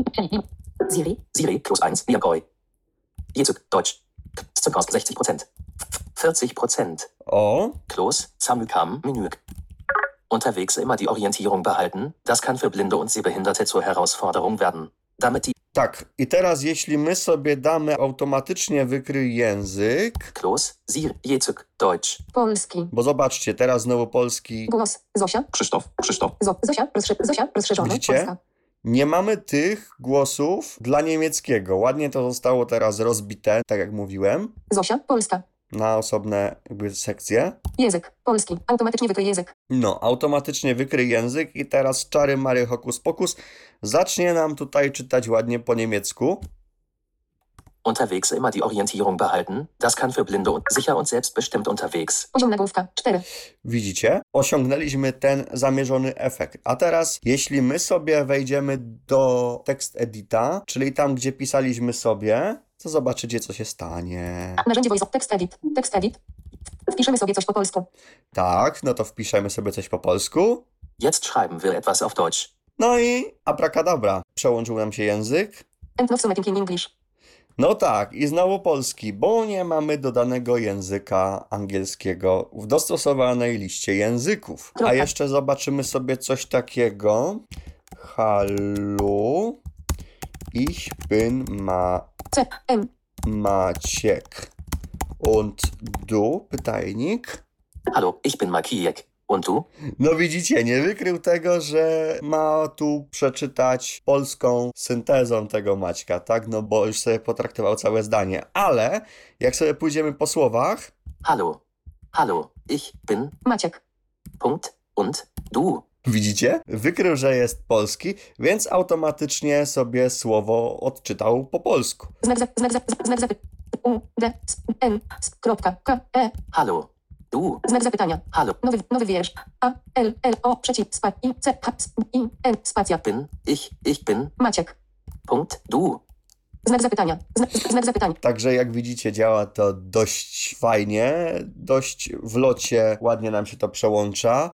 Siri, Siri, plus eins, Niamkoi. Jezuk, Deutsch. Zuckerst sechzig Prozent. vierzig Prozent. O, Klos, Samykam, Menü. Unterwegs immer die Orientierung behalten, das kann für Blinde und Sehbehinderte zur Herausforderung werden. Damit die tak. I teraz jeśli my sobie damy automatycznie wykryj język, Klos, Siri, Jezuk, Deutsch. polski. bo zobaczcie, teraz znowu polski, Głos, Zosia, Krzysztof, Krzysztof. Zo, Zosia, rozszy, Zosia, rozszerzony, Widzicie? Polska. nie mamy tych głosów dla niemieckiego. Ładnie to zostało teraz rozbite, tak jak mówiłem, Zosia, Polska. na osobne jakby sekcje. Język, polski, automatycznie wykryj język. No, automatycznie wykryj język i teraz czary Mary Hokus Pokus zacznie nam tutaj czytać ładnie po niemiecku. Unterwegs immer die Orientierung behalten, das kann für Blinde und sicher und selbstbestimmt unterwegs. Poziom nagłówka, cztery. Widzicie? Osiągnęliśmy ten zamierzony efekt. A teraz, jeśli my sobie wejdziemy do tekst edita, czyli tam, gdzie pisaliśmy sobie, to zobaczycie, co się stanie. Narzędzie voice, tekst edit, tekst edit. Wpiszemy sobie coś po polsku. Tak, no to wpiszemy sobie coś po polsku. Jetzt schreiben wir etwas auf Deutsch. No i abracadabra. Przełączył nam się język. And now something in English. No tak, i znowu polski, bo nie mamy dodanego języka angielskiego w dostosowanej liście języków. A Kropka. jeszcze zobaczymy sobie coś takiego. Hallo, ich bin ma C, M. Maciek. Und du? Pytajnik. Hallo, ich bin Markiek. Und du? No widzicie, nie wykrył tego, że ma tu przeczytać polską syntezą tego Maćka, tak? No bo już sobie potraktował całe zdanie. Ale jak sobie pójdziemy po słowach, Hallo. Hallo, ich bin. Maciek. Punkt. Und du. widzicie? Wykrył, że jest polski, więc automatycznie sobie słowo odczytał po polsku. Znak za, znak za, znak zapy. U, D, S, N, S, kropka, K, E. Hallo. Du. Znak zapytania. Hallo. Nowy, nowy wiersz. A, L, L, O, przeciw, spa, I, C, H, S, I, N, spacja. Bin. Ich. Ich bin. Maciek. Punkt. Du. Znak zapytania. Znak, znak zapytania. Także jak widzicie, działa to dość fajnie, dość w locie ładnie nam się to przełącza.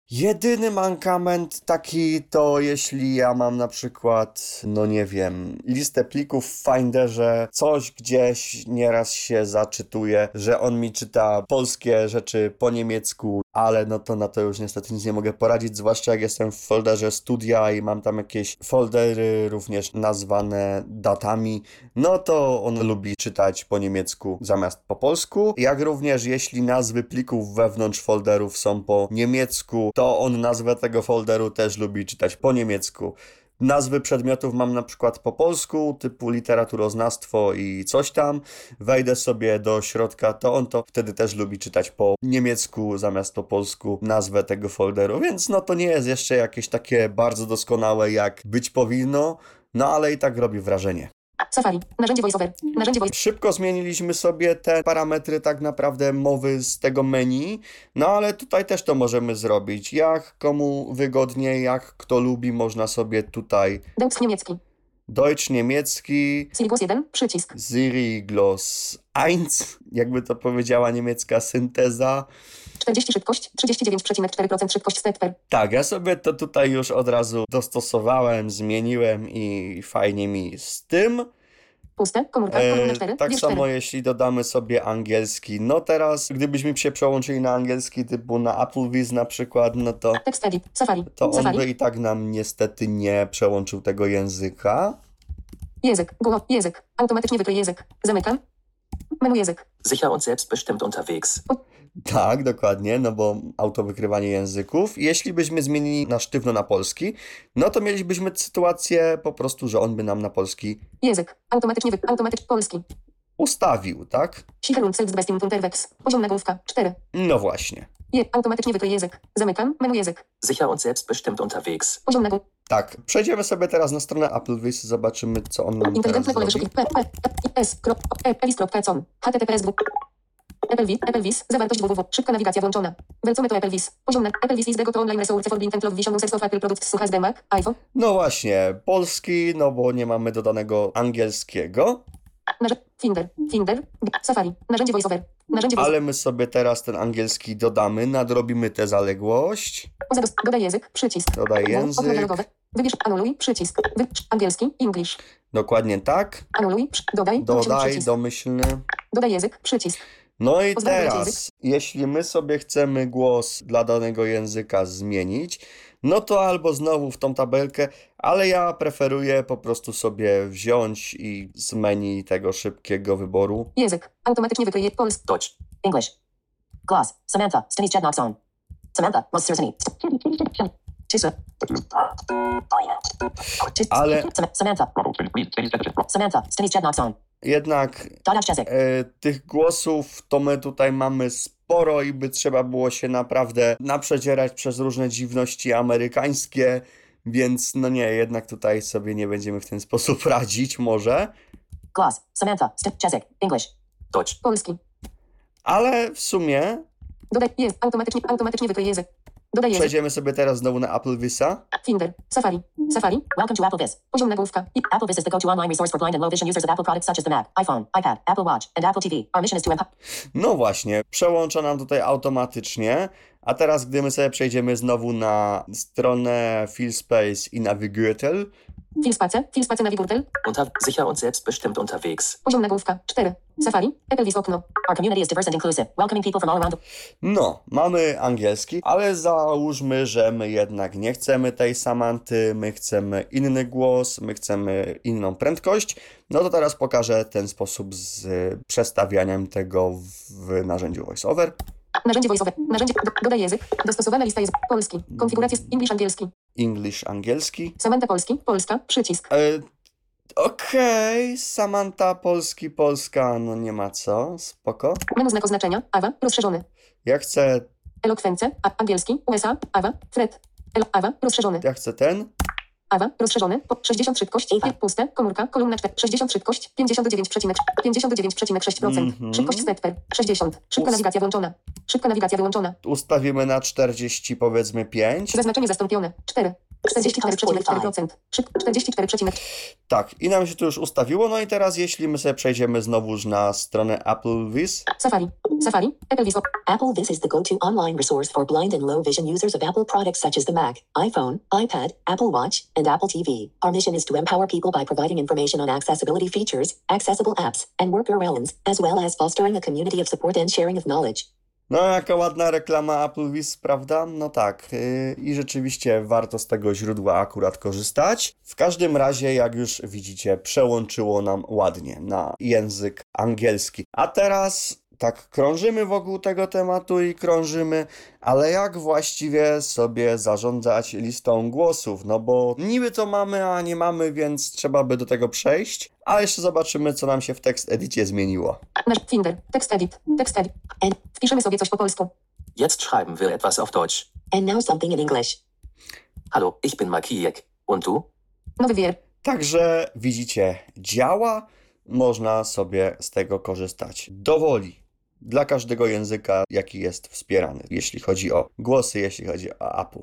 Jedyny mankament taki to jeśli ja mam na przykład, no nie wiem, listę plików w Finderze, coś gdzieś nieraz się zaczytuje, że on mi czyta polskie rzeczy po niemiecku, ale no to na to już niestety nic nie mogę poradzić, zwłaszcza jak jestem w folderze studia i mam tam jakieś foldery również nazwane datami, no to on lubi czytać po niemiecku zamiast po polsku, jak również jeśli nazwy plików wewnątrz folderów są po niemiecku, to on nazwę tego folderu też lubi czytać po niemiecku. Nazwy przedmiotów mam na przykład po polsku, typu literaturoznawstwo i coś tam. Wejdę sobie do środka, to on to wtedy też lubi czytać po niemiecku zamiast po polsku nazwę tego folderu, więc no to nie jest jeszcze jakieś takie bardzo doskonałe jak być powinno, no ale i tak robi wrażenie. Safari. Narzędzie VoiceOver. Narzędzie voice. Szybko zmieniliśmy sobie te parametry tak naprawdę mowy z tego menu, no ale tutaj też to możemy zrobić. Jak komu wygodniej, jak kto lubi, można sobie tutaj Deutsch niemiecki. Deutsch niemiecki, Siri głos jeden. Przycisk. Siri Gloss jeden, jakby to powiedziała niemiecka synteza. czterdzieści szybkość. trzydzieści dziewięć przecinek cztery procent szybkość stepper. Tak, ja sobie to tutaj już od razu dostosowałem, zmieniłem i fajnie mi z tym. Puste. Komórka. Kolumna cztery. E, tak wiersz samo cztery. jeśli dodamy sobie angielski, no teraz gdybyśmy się przełączyli na angielski typu na AppleVis na przykład, no to, Tekst edit. Safari. to on Safari. by i tak nam niestety nie przełączył tego języka. Język. Google. Język. Automatycznie wykryj język. Zamykam. Menu język. Sicher und selbstbestimmt unterwegs. Tak, dokładnie, no bo autowykrywanie języków. Jeśli byśmy zmienili na sztywno na polski, no to mielibyśmy sytuację po prostu, że on by nam na polski Język. Automatycznie wy... Automatycznie polski. ustawił, tak? Sicher und selbstbestimmt unterwegs. Poziom nagłówka. cztery. No właśnie. Je. Automatycznie wykryj język. Zamykam. Menu język. Sicher und selbstbestimmt unterwegs. Poziom nagłówka. Tak, przejdziemy sobie teraz na stronę AppleVis, zobaczymy co on nam teraz Inteligentne pole zrobi. wyszukiwania. P, P, S, krop, E, elis kropka com. H T T P S dwóch. AppleVis, AppleVis, zawartość www. Szybka nawigacja włączona. Welcome to AppleVis. Poziom na AppleVis is the go-to online resource for Blind and Love Vision users of Apple products such as the Mac, iPhone. No właśnie, polski, no bo nie mamy dodanego angielskiego, Narze- Finder, Finder, Safari, narzędzie VoiceOver, narzędzie voice. ale my sobie teraz ten angielski dodamy, nadrobimy tę zaległość. Zados- Dodaj język, przycisk. Dodaj Okno język. dialogowe. Wybierz anuluj, przycisk. Wy- angielski, English. Dokładnie tak. Anuluj, przy- dodaj, domyślny Dodaj, przycisk. domyślny. Dodaj język, przycisk. No i Pozwolę wybrać teraz, jeśli my sobie chcemy głos dla danego języka zmienić, no to albo znowu w tą tabelkę, ale ja preferuję po prostu sobie wziąć i z menu tego szybkiego wyboru. Język. Automatycznie wykryje polski. Deutsch. English. Gloss. Samantha. Stimmy's chat knocks on. Samantha. Most seriously. Chisa. Ale Sam- Samantha. Samantha. Stimmy's chat knocks on. jednak Dodge Jessic. e, tych głosów to my tutaj mamy sporo i by trzeba było się naprawdę naprzedzierać przez różne dziwności amerykańskie, więc no nie, jednak tutaj sobie nie będziemy w ten sposób radzić może, Gloss. Samantha. St- Jessic. English. Deutsch. Polski. ale w sumie Dodaj język. Automatycznie, automatycznie wykryje język. Dodaj język. przejdziemy sobie teraz znowu na AppleVisa. Finder, Safari, Safari. Welcome to AppleVis. Poziom nagłówka. I AppleVis is the go-to online resource for blind and low vision users of Apple products such as the Mac, iPhone, iPad, Apple Watch, and Apple T V. Our mission is to empower. No właśnie, przełącza nam tutaj automatycznie, a teraz gdy my sobie przejdziemy znowu na stronę FeelSpace i Navigator, Filspace, Filspace Navigator. Unter sicher und selbstbestimmt unterwegs. Poziom nagłówka. cztery. Safari, AppleVis okno. Our community is diverse and inclusive, welcoming people from all around the no, mamy angielski, ale załóżmy, że my jednak nie chcemy tej Samanty, my chcemy inny głos, my chcemy inną prędkość, no to teraz pokażę ten sposób z przestawianiem tego w narzędziu VoiceOver. Narzędzie VoiceOver. Narzędzie. Do, dodaj język. Dostosowana lista języków. Polski. Konfiguracja English angielski. English angielski. Samantha polski. Polska. Przycisk. E, Okej, Samantha polski, Polska, no nie ma co, spoko. Menu znak oznaczenia. Awa. Rozszerzony. Ja chcę, Elokwence. A, angielski. U S A. Awa. Fred. Elo, Awa. Rozszerzony. ja chcę ten. Awa. Rozszerzony. Po, sześćdziesiąt szybkość. Awa. Puste. Komórka. Kolumna cztery. sześćdziesiąt szybkość. pięćdziesiąt dziewięć przecinek pięćdziesiąt dziewięć przecinek sześć procent. Mhm. Szybkość stepper. sześćdziesiąt. Szybka Ust- nawigacja włączona. Szybka nawigacja wyłączona. Ustawimy na czterdzieści, powiedzmy pięć. Zaznaczenie zastąpione. cztery. czterdzieści cztery przecinek cztery procent. Szyb, czterdzieści cztery przecinek. Tak, i nam się to już ustawiło. No i teraz jeśli my sobie przejdziemy znowuż na stronę AppleVis, Safari. Safari. Apple Viso. Apple This is the go-to online resource for blind and low vision users of Apple products such as the Mac, iPhone, iPad, Apple Watch, and Apple T V. Our mission is to empower people by providing information on accessibility features, accessible apps, and workarounds, as well as fostering a community of support and sharing of knowledge. No, jaka ładna reklama Apple Vis, prawda? No tak. Yy, I rzeczywiście warto z tego źródła akurat korzystać. W każdym razie, jak już widzicie, przełączyło nam ładnie na język angielski. A teraz tak krążymy wokół tego tematu i krążymy, ale jak właściwie sobie zarządzać listą głosów? No bo niby to mamy, a nie mamy, więc trzeba by do tego przejść. A jeszcze zobaczymy, co nam się w tekst edicie zmieniło. Nasz Finder. Tekst edit. Tekst edit. And, Wpiszemy sobie coś po polsku. Jetzt schreiben wir etwas auf Deutsch. and now something in English. Hallo, ich bin Makijek. Und du? Nowy wier. Także widzicie, działa, można sobie z tego korzystać dowoli. Dla każdego języka, jaki jest wspierany, jeśli chodzi o głosy, jeśli chodzi o Apple.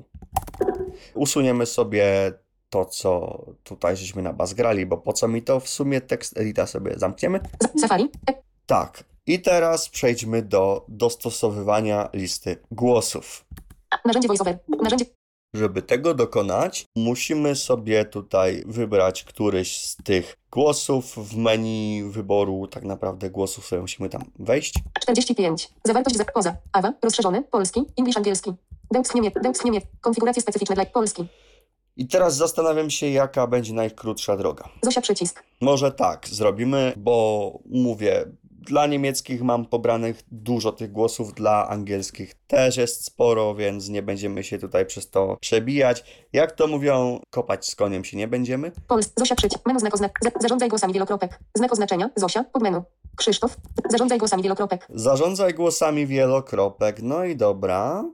Usuniemy sobie to, co tutaj żeśmy na bas grali, bo po co mi to? W sumie tekst edita sobie zamkniemy. Z- Safari. E- Tak. I teraz przejdźmy do dostosowywania listy głosów. Narzędzie VoiceOver. Narzędzie. Żeby tego dokonać, musimy sobie tutaj wybrać któryś z tych głosów w menu wyboru. Tak naprawdę głosów sobie musimy tam wejść. czterdzieści pięć. Zawartość za poza. Awa. Rozszerzony. Polski. English angielski. Deutsch niemiec. Deutsch niemiec. Konfiguracje specyficzne dla polski. I teraz zastanawiam się, jaka będzie najkrótsza droga. Zosia przycisk. Może tak zrobimy, bo mówię, dla niemieckich mam pobranych dużo tych głosów, dla angielskich też jest sporo, więc nie będziemy się tutaj przez to przebijać. Jak to mówią, kopać z koniem się nie będziemy. Pols. Zosia przycisk. Menu znak oznak. Za- zarządzaj głosami wielokropek. Znak oznaczenia. Zosia. Podmenu. Krzysztof. Zarządzaj głosami wielokropek. Zarządzaj głosami wielokropek. No i dobra.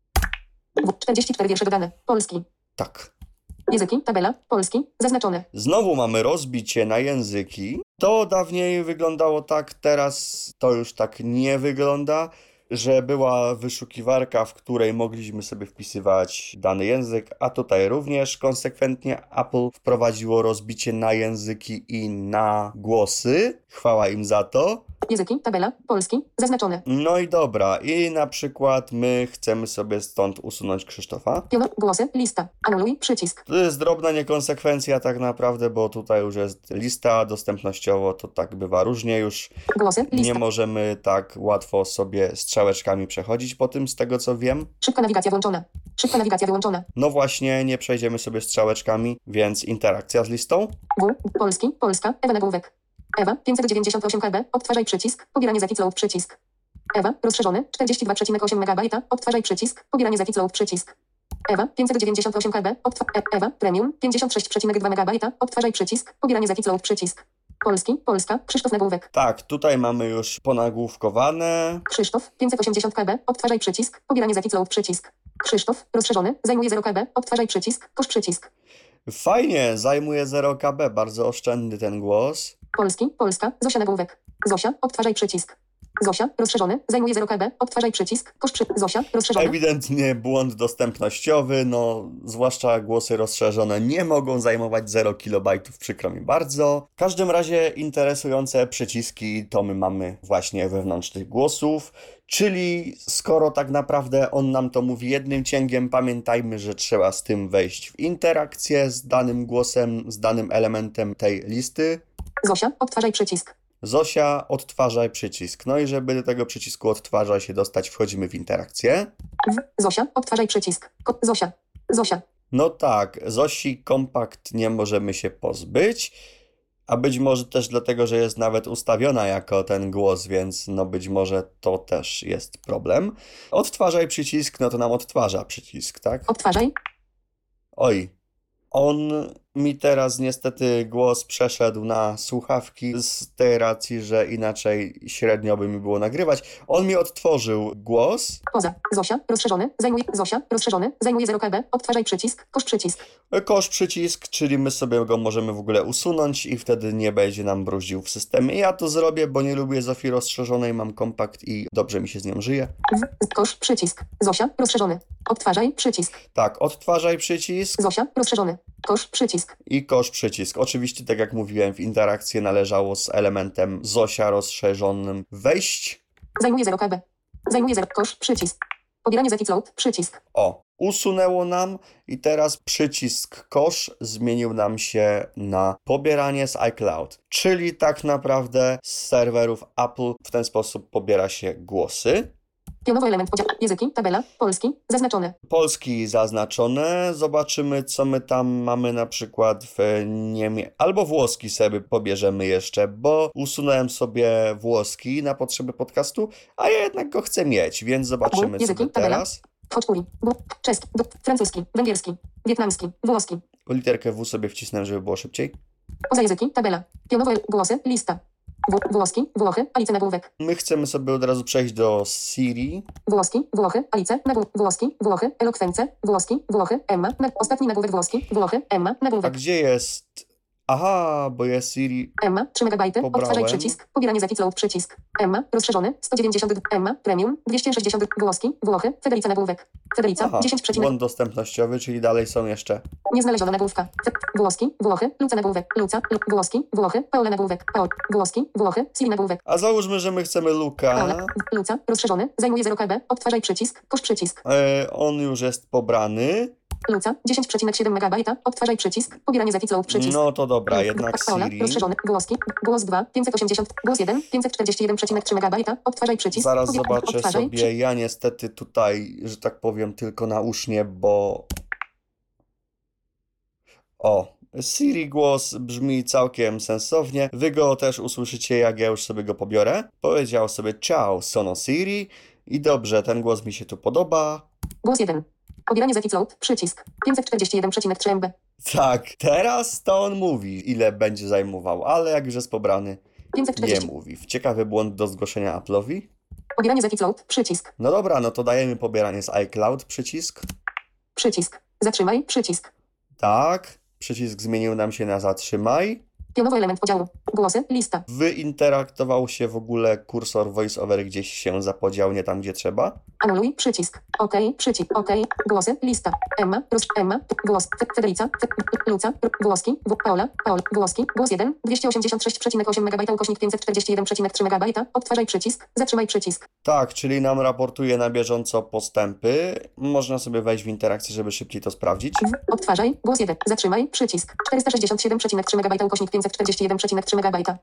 W. czterdzieści cztery wiersze dodane. Polski. Tak. Języki. Tabela. Polski. Zaznaczone. Znowu mamy rozbicie na języki. To dawniej wyglądało tak, teraz to już tak nie wygląda, że była wyszukiwarka, w której mogliśmy sobie wpisywać dany język, a tutaj również konsekwentnie Apple wprowadziło rozbicie na języki i na głosy. Chwała im za to. Języki. Tabela. Polski. Zaznaczone. No i dobra, i na przykład my chcemy sobie stąd usunąć Krzysztofa. Piono. Głosy. Lista. Anuluj. Przycisk. To jest drobna niekonsekwencja tak naprawdę, bo tutaj już jest lista, dostępnościowo to tak bywa różnie już. Głosy. Nie Lista. możemy tak łatwo sobie strzałeczkami przechodzić po tym, z tego co wiem. Szybka nawigacja włączona. Szybka nawigacja wyłączona. No właśnie, nie przejdziemy sobie strzałeczkami, więc interakcja z listą. W. Polski. Polska. Ewa nagłówek. Ewa. pięćset dziewięćdziesiąt osiem kilobytów. Odtwarzaj przycisk. Pobieranie za Kitzload przycisk. Ewa. Rozszerzony. czterdzieści dwa przecinek osiem megabajta. Odtwarzaj przycisk. Pobieranie za Kitzload przycisk. Ewa. pięćset dziewięćdziesiąt osiem kilobytów. Odtwa- e- Ewa. Premium. pięćdziesiąt sześć przecinek dwa megabajta. Odtwarzaj przycisk. Pobieranie za Kitzload przycisk. Polski. Polska. Krzysztof nagłówek. Tak, tutaj mamy już ponagłówkowane. Krzysztof. pięćset osiemdziesiąt kilobytów. Odtwarzaj przycisk. Pobieranie za Kitzload przycisk. Krzysztof. Rozszerzony. Zajmuje zero kilobytów. Odtwarzaj przycisk. Kosz przycisk. Fajnie, zajmuje zero kilobytów, bardzo oszczędny ten głos. Polski. Polska. Zosia nagłówek. Zosia. Odtwarzaj przycisk. Zosia. Rozszerzony. Zajmuje zero kilobytów. Odtwarzaj przycisk. Kosz przy... Zosia. Rozszerzony. Ewidentnie błąd dostępnościowy, no zwłaszcza głosy rozszerzone nie mogą zajmować zero kilobajtów, przykro mi bardzo. W każdym razie interesujące przyciski to my mamy właśnie wewnątrz tych głosów, czyli skoro tak naprawdę on nam to mówi jednym cięgiem, pamiętajmy, że trzeba z tym wejść w interakcję z danym głosem, z danym elementem tej listy. Zosia. Odtwarzaj przycisk. Zosia, odtwarzaj przycisk. No i żeby do tego przycisku odtwarzaj się dostać, wchodzimy w interakcję. W. Zosia. Odtwarzaj przycisk. Ko- Zosia. Zosia. No tak, Zosi kompakt nie możemy się pozbyć, a być może też dlatego, że jest nawet ustawiona jako ten głos, więc no być może to też jest problem. Odtwarzaj przycisk, no to nam odtwarza przycisk, tak? Odtwarzaj. Oj, on mi teraz niestety głos przeszedł na słuchawki z tej racji, że inaczej średnio by mi było nagrywać. On mi odtworzył głos. Poza. Zosia. Rozszerzony. Zajmuje. Zosia. Rozszerzony. Zajmuje zero kilobytów. Odtwarzaj przycisk. Kosz przycisk. Kosz przycisk, czyli my sobie go możemy w ogóle usunąć i wtedy nie będzie nam bruździł w systemie. Ja to zrobię, bo nie lubię Zofii rozszerzonej, mam kompakt i dobrze mi się z nią żyje. W. Kosz przycisk. Zosia. Rozszerzony. Odtwarzaj przycisk. Tak, odtwarzaj przycisk Zosia. Rozszerzony. Kosz przycisk. i kosz przycisk. Oczywiście, tak jak mówiłem, w interakcję należało z elementem Zosia rozszerzonym wejść. Zajmuje zero kilobyte. Zajmuje zero. Kosz. Przycisk. Pobieranie z Exit Przycisk. O, usunęło nam i teraz przycisk kosz zmienił nam się na pobieranie z iCloud. Czyli tak naprawdę z serwerów Apple w ten sposób pobiera się głosy. Pionowo element podziału. Języki. Tabela. Polski. Zaznaczone. Polski zaznaczone. Zobaczymy, co my tam mamy na przykład w Niemie... Albo włoski sobie pobierzemy jeszcze, bo usunąłem sobie włoski na potrzeby podcastu, a ja jednak go chcę mieć, więc zobaczymy Języki. sobie Tabela. teraz. Foczpuri. Czeski. Do, francuski. Węgierski. Wietnamski. Włoski. Literkę W sobie wcisnę, żeby było szybciej. Poza języki. Tabela. Pionowo głosy. Lista. W, włoski. Włochy. Alice nagłówek. My chcemy sobie od razu przejść do Siri. Włoski, Włochy, Alice, nagłówek, włoski, Włochy, Elokwence, włoski, Włochy, Emma, na, ostatni nagłówek włoski, Włochy, Emma, A nagłówek, gdzie jest... Aha, bo jest Siri... Emma, trzy megabajty, Pobrałem. odtwarzaj przycisk, pobieranie z Exit przycisk, Emma, rozszerzony, sto dziewięćdziesiąt, Emma, premium, dwieście sześćdziesiąt, włoski, Włochy, Federica nagłówek, Federica, Aha, dziesięć przecinek, błąd dostępnościowy, czyli dalej są jeszcze... nie znaleziono nagłówka, Fe, włoski, Włochy, Luca nagłówek, Luca, Lu, włoski, Włochy, Paula nagłówek, Paul, włoski, Włochy, Siri nagłówek, A załóżmy, że my chcemy Luka. Paula, Luca, rozszerzony, zajmuje zero kilobyte, odtwarzaj przycisk, kosz przycisk, E, on już jest pobrany. Luca, dziesięć przecinek siedem megabajta, odtwarzaj przycisk, pobieranie z Exit przycisk. No to dobra, jednak Paula, Siri. rozszerzony, włoski, głos dwa, pięćset osiemdziesiąt, głos jeden, pięćset czterdzieści jeden przecinek trzy megabajta, odtwarzaj przycisk. Zaraz pobier- zobaczę odtwarzaj sobie, przy- ja niestety tutaj, że tak powiem, tylko nausznie, bo... O, Siri głos brzmi całkiem sensownie. Wy go też usłyszycie, jak ja już sobie go pobiorę. Powiedział sobie ciao, sono Siri. I dobrze, ten głos mi się tu podoba. Głos jeden. Pobieranie z Exit przycisk, pięćset czterdzieści jeden przecinek trzy megabajta. Tak, teraz to on mówi, ile będzie zajmował, ale jak już jest pobrany, pięćset nie czterdzieści. mówi. Ciekawy błąd do zgłoszenia Apple'owi. Pobieranie z Exit przycisk, No dobra, no to dajemy pobieranie z iCloud, przycisk. przycisk, zatrzymaj, przycisk. Tak, przycisk zmienił nam się na zatrzymaj. Pionowo element podziału, głosy, lista. Wyinteraktował się w ogóle kursor voiceover gdzieś się zapodział, nie tam gdzie trzeba. Anuluj, przycisk, OK, przycisk, OK, głosy, lista. Emma, roz, Emma, głos, Fe, Federica, Fe, Luca, włoski, w, Paula, Paul, włoski, głos jeden, dwieście osiemdziesiąt sześć przecinek osiem megabajta, ukośnik pięćset czterdzieści jeden przecinek trzy megabajta, odtwarzaj przycisk, zatrzymaj przycisk. Tak, czyli nam raportuje na bieżąco postępy. Można sobie wejść w interakcję, żeby szybciej to sprawdzić. W, odtwarzaj, głos jeden, zatrzymaj, przycisk, czterysta sześćdziesiąt siedem przecinek trzy megabajta, ukośnik pięćset czterdzieści jeden przecinek trzy megabajta.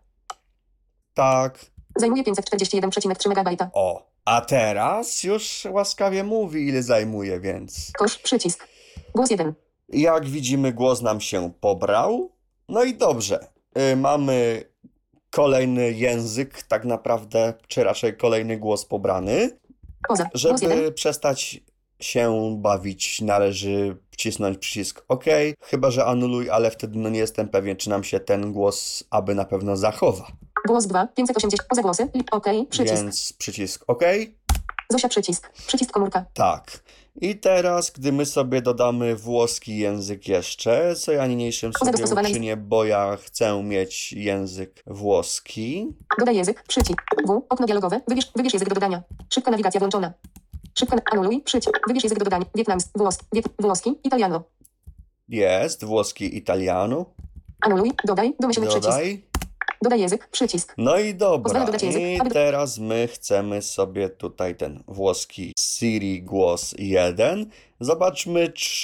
Tak. Zajmuje pięćset czterdzieści jeden przecinek trzy megabajta. O, a teraz już łaskawie mówi, ile zajmuje, więc... Kosz, przycisk. Głos jeden. Jak widzimy, głos nam się pobrał. No i dobrze. Y, mamy kolejny język, tak naprawdę, czy raczej kolejny głos pobrany. Poza. Głos jeden. Żeby przestać się bawić, należy wcisnąć przycisk OK, chyba że anuluj, ale wtedy no nie jestem pewien, czy nam się ten głos aby na pewno zachowa. Głos dwa, pięćset osiemdziesiąt, poza głosy, OK, przycisk. Więc przycisk OK. Zosia przycisk, przycisk komórka. Tak. I teraz, gdy my sobie dodamy włoski język jeszcze, co ja niniejszym Poza sobie dostosowanym- uczynię, bo ja chcę mieć język włoski. Dodaj język, przycisk. W, okno dialogowe, wybierz, wybierz język do dodania. Szybka nawigacja włączona. Szybka, anuluj, przycisk, wybierz język do dodania. Wietnamski, włoski, wiet, włoski, italiano. Jest, włoski, italiano. Anuluj, dodaj, domyślny przycisk. Dodaj. Dodaj język, przycisk. No i dobra, Pozwolę dodać język, i aby- teraz my chcemy sobie tutaj ten włoski Siri głos jeden. Zobaczmy,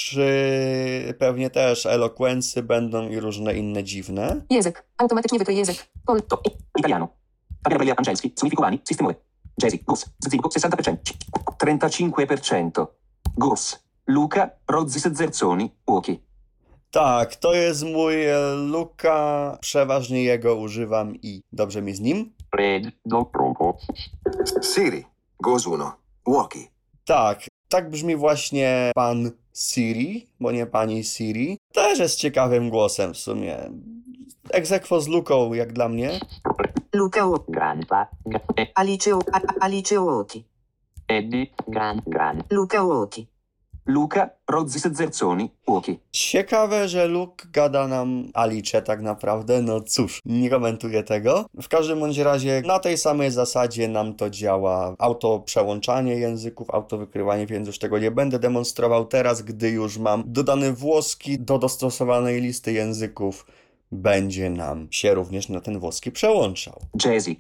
czy pewnie też elokwencje będą i różne inne dziwne. Język, automatycznie wykryj język. Pol, To italiano. Gabriele Angelski, significovani, sistemue. Jazzy, Gus, Zzigo, sessanta per cento. trentacinque per cento. Gus, Luca, Rozzis Zerzoni, Łoki. Tak, to jest mój e, Luka, przeważnie jego używam i dobrze mi z nim. Siri, Gozuno, Łoki. Tak, tak brzmi właśnie pan Siri, bo nie pani Siri. Też jest ciekawym głosem w sumie. Egzekwo z Luką, jak dla mnie. Luca o Alice o A- Alice Oti. Eddie, Gran, Gran. Luca Oti. Luca, Rozzis Zerzoni, Łoki. Ciekawe, że Luke gada nam Alice tak naprawdę, no cóż, nie komentuję tego. W każdym bądź razie na tej samej zasadzie nam to działa auto przełączanie języków, auto wykrywanie, więc już tego nie będę demonstrował teraz, gdy już mam dodany włoski do dostosowanej listy języków, będzie nam się również na ten włoski przełączał. Jazzik,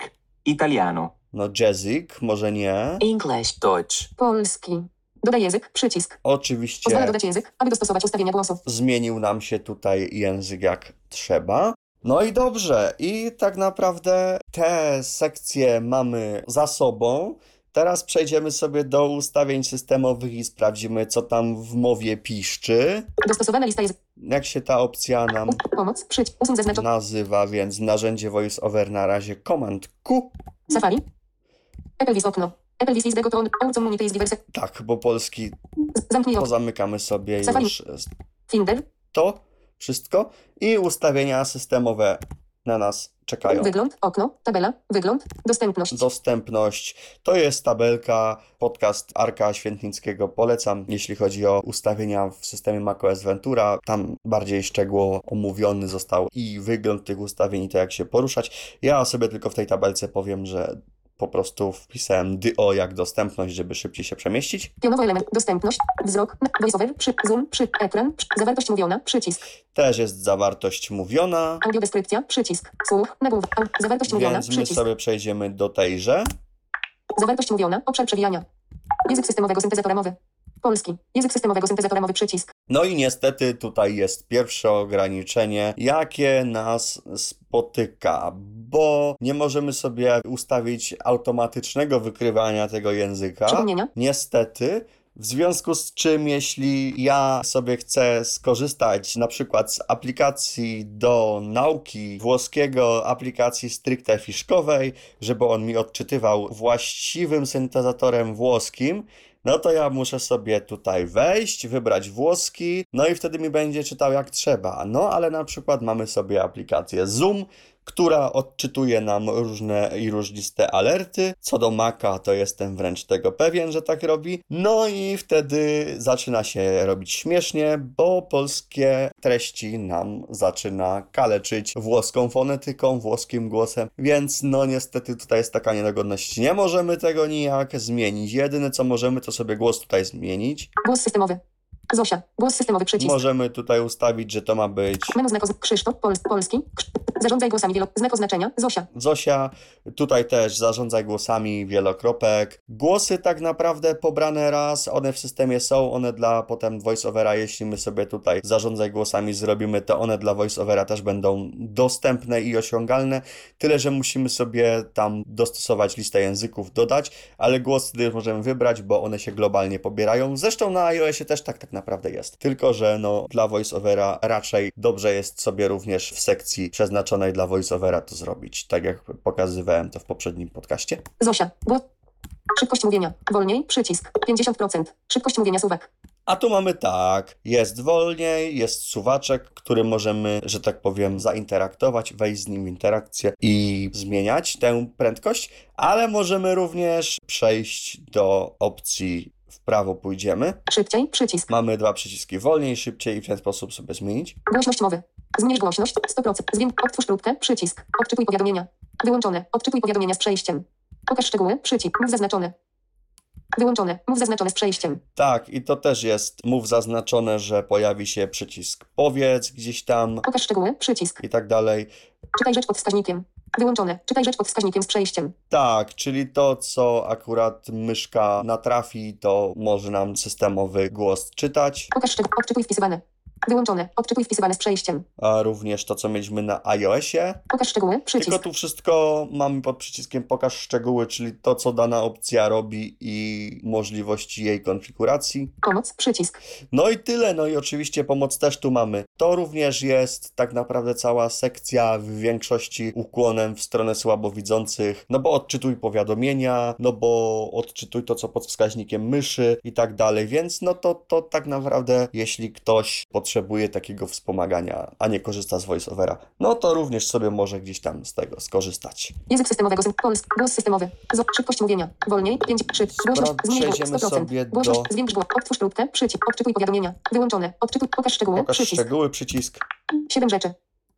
Italiano. No język, może nie. English. Deutsch. Polski. Dodaj język, przycisk. Oczywiście Pozwala dodać język, aby dostosować ustawienia głosu. zmienił nam się tutaj język jak trzeba. No i dobrze, i tak naprawdę te sekcje mamy za sobą. Teraz przejdziemy sobie do ustawień systemowych i sprawdzimy, co tam w mowie piszczy. Dostosowana lista języków. Jak się ta opcja nam Pomoc, przycisk, usuń zaznaczone. nazywa, więc narzędzie VoiceOver na razie Command Q. Safari. Applevis okno. Applevis list dego ton. Aucom munity jest diverse. Tak, bo polski Z- Zamknij okno. pozamykamy sobie Safari. już Finder. to wszystko i ustawienia systemowe na nas czekają. Wygląd, okno, tabela, wygląd, dostępność. Dostępność to jest tabelka, podcast Arka Świętnickiego polecam, jeśli chodzi o ustawienia w systemie macOS Ventura. Tam bardziej szczegółowo omówiony został i wygląd tych ustawień i to, jak się poruszać. Ja sobie tylko w tej tabelce powiem, że po prostu wpisałem D O jak dostępność, żeby szybciej się przemieścić. Pionowy element, dostępność, wzrok, voiceover, przy, zoom, przy, ekran, przy, zawartość mówiona, przycisk. Też jest zawartość mówiona, Audiodeskrypcja, przycisk. Słuch, nagłówek, au, zawartość mówiona, więc my przycisk. sobie przejdziemy do tejże. Zawartość mówiona, obszar przewijania. Język systemowego syntezatora mowy. Polski. Język systemowego syntezatora mowy, przycisk. No i niestety tutaj jest pierwsze ograniczenie, jakie nas spotyka, bo nie możemy sobie ustawić automatycznego wykrywania tego języka. Przypomnienia. Niestety. W związku z czym, jeśli ja sobie chcę skorzystać na przykład z aplikacji do nauki włoskiego, aplikacji stricte fiszkowej, żeby on mi odczytywał właściwym syntezatorem włoskim, no to ja muszę sobie tutaj wejść, wybrać włoski, no i wtedy mi będzie czytał jak trzeba. No ale na przykład mamy sobie aplikację Zoom, która odczytuje nam różne i różniste alerty. Co do Maca, to jestem wręcz tego pewien, że tak robi. No i wtedy zaczyna się robić śmiesznie, bo polskie treści nam zaczyna kaleczyć włoską fonetyką, włoskim głosem, więc no niestety tutaj jest taka niedogodność. Nie możemy tego nijak zmienić. Jedyne co możemy, to sobie głos tutaj zmienić. Głos systemowy. Zosia. Głos systemowy, przycisk. Możemy tutaj ustawić, że to ma być Menu znak oz- Krzysztof, Pol, Polski. Krz- Zarządzaj głosami wielo... Znak oznaczenia. Zosia. Zosia, tutaj też zarządzaj głosami, wielokropek. Głosy tak naprawdę pobrane raz, one w systemie są, one dla potem voiceovera, jeśli my sobie tutaj zarządzaj głosami zrobimy, to one dla voiceovera też będą dostępne i osiągalne, tyle, że musimy sobie tam dostosować listę języków, dodać, ale głos wtedy już możemy wybrać, bo one się globalnie pobierają. Zresztą na iOSie też tak tak naprawdę jest, tylko że no dla voiceovera raczej dobrze jest sobie również w sekcji przeznaczonej dla voiceovera to zrobić, tak jak pokazywałem to w poprzednim podcaście. Zosia. Głos. Szybkość mówienia. Wolniej. Przycisk. pięćdziesiąt procent. Szybkość mówienia słówek. A tu mamy tak, jest wolniej, jest suwaczek, który możemy, że tak powiem, zainteraktować, wejść z nim w interakcję i zmieniać tę prędkość, ale możemy również przejść do opcji w prawo pójdziemy. Szybciej. Przycisk. Mamy dwa przyciski wolniej, szybciej i w ten sposób sobie zmienić. Głośność mowy. Zmniejsz głośność. sto procent. Zwięk... Otwórz próbkę. Przycisk. Odczytuj powiadomienia. Wyłączone. Odczytuj powiadomienia z przejściem. Pokaż szczegóły. Przycisk. Mów zaznaczone. Wyłączone. Mów zaznaczone z przejściem. Tak, i to też jest mów zaznaczone, że pojawi się przycisk powiedz gdzieś tam Pokaż szczegóły. Przycisk. i tak dalej. Czytaj rzecz pod wskaźnikiem. Wyłączone. Czytaj rzecz pod wskaźnikiem z przejściem. Tak, czyli to, co akurat myszka natrafi, to może nam systemowy głos czytać, Pokaż szczegóły. Odczytuj wpisywane. Wyłączone. Odczytuj wpisywane z przejściem. a również to, co mieliśmy na iOSie. Pokaż szczegóły. Przycisk. Tylko tu wszystko mamy pod przyciskiem pokaż szczegóły, czyli to, co dana opcja robi i możliwości jej konfiguracji. Pomoc. Przycisk. No i tyle, no i oczywiście pomoc też tu mamy. To również jest tak naprawdę cała sekcja w większości ukłonem w stronę słabowidzących, no bo odczytuj powiadomienia, no bo odczytuj to, co pod wskaźnikiem myszy i tak dalej, więc no to, to tak naprawdę, jeśli ktoś potrzebuje takiego wspomagania, a nie korzysta z voiceovera, no to również sobie może gdzieś tam z tego skorzystać. Język systemowego. Syn... Polsk. Głos systemowy. Z... Szybkość mówienia. Wolniej. pięć. trzy. Głośność. Zmniejsz głos. Przejdziemy sto procent. sobie Głośność. do- Zwiększ głos. Otwórz próbkę. Przycisk. Odczytuj powiadomienia. Wyłączone. Odczytuj. Pokaż szczegóły. Pokaż Przycisk. szczegóły, przycisk. Siedem rzeczy.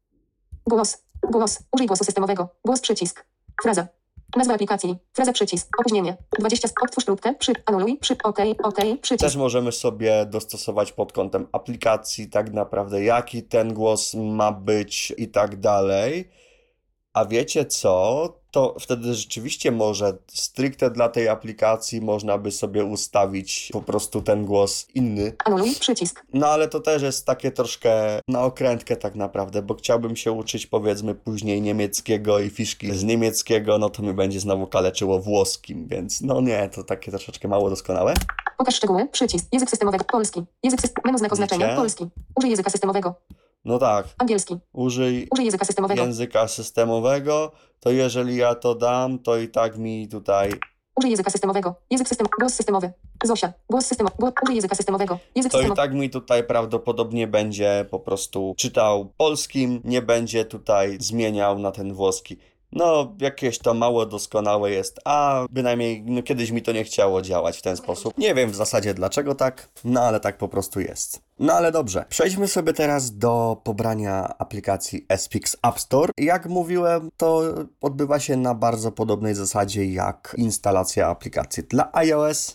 Głos. Głos. Użyj głosu systemowego. Głos. Przycisk. Fraza. Nazwa aplikacji. Fraza. Przycisk. Opóźnienie. dwadzieścia. Otwórz próbkę. Przy. Anuluj. Przy. OK. OK. Przycisk. Też możemy sobie dostosować pod kątem aplikacji tak naprawdę, jaki ten głos ma być i tak dalej. A wiecie co? to wtedy rzeczywiście może stricte dla tej aplikacji można by sobie ustawić po prostu ten głos inny. Anuluj przycisk. No ale to też jest takie troszkę na okrętkę tak naprawdę, bo chciałbym się uczyć powiedzmy później niemieckiego i fiszki z niemieckiego, no to mi będzie znowu kaleczyło włoskim, więc no nie, to takie troszeczkę mało doskonałe. Pokaż szczegóły. Przycisk. Język systemowy. Polski. Język system... Menu znak oznaczenia. Widzicie? Polski. Użyj języka systemowego. No tak, Angielski. użyj Użyj języka systemowego. języka systemowego, to jeżeli ja to dam, to i tak mi tutaj... Użyj języka systemowego. Język system... Głos systemowy. Zosia. Głos systemowy. Głos... Użyj języka systemowego. Język To i systemowy. tak mi tutaj prawdopodobnie będzie po prostu czytał polskim, nie będzie tutaj zmieniał na ten włoski. No, jakieś to mało doskonałe jest, a bynajmniej no, kiedyś mi to nie chciało działać w ten sposób. Nie wiem w zasadzie dlaczego tak, no ale tak po prostu jest. No ale dobrze, przejdźmy sobie teraz do pobrania aplikacji S P I X App Store. Jak mówiłem, to odbywa się na bardzo podobnej zasadzie jak instalacja aplikacji dla iOS.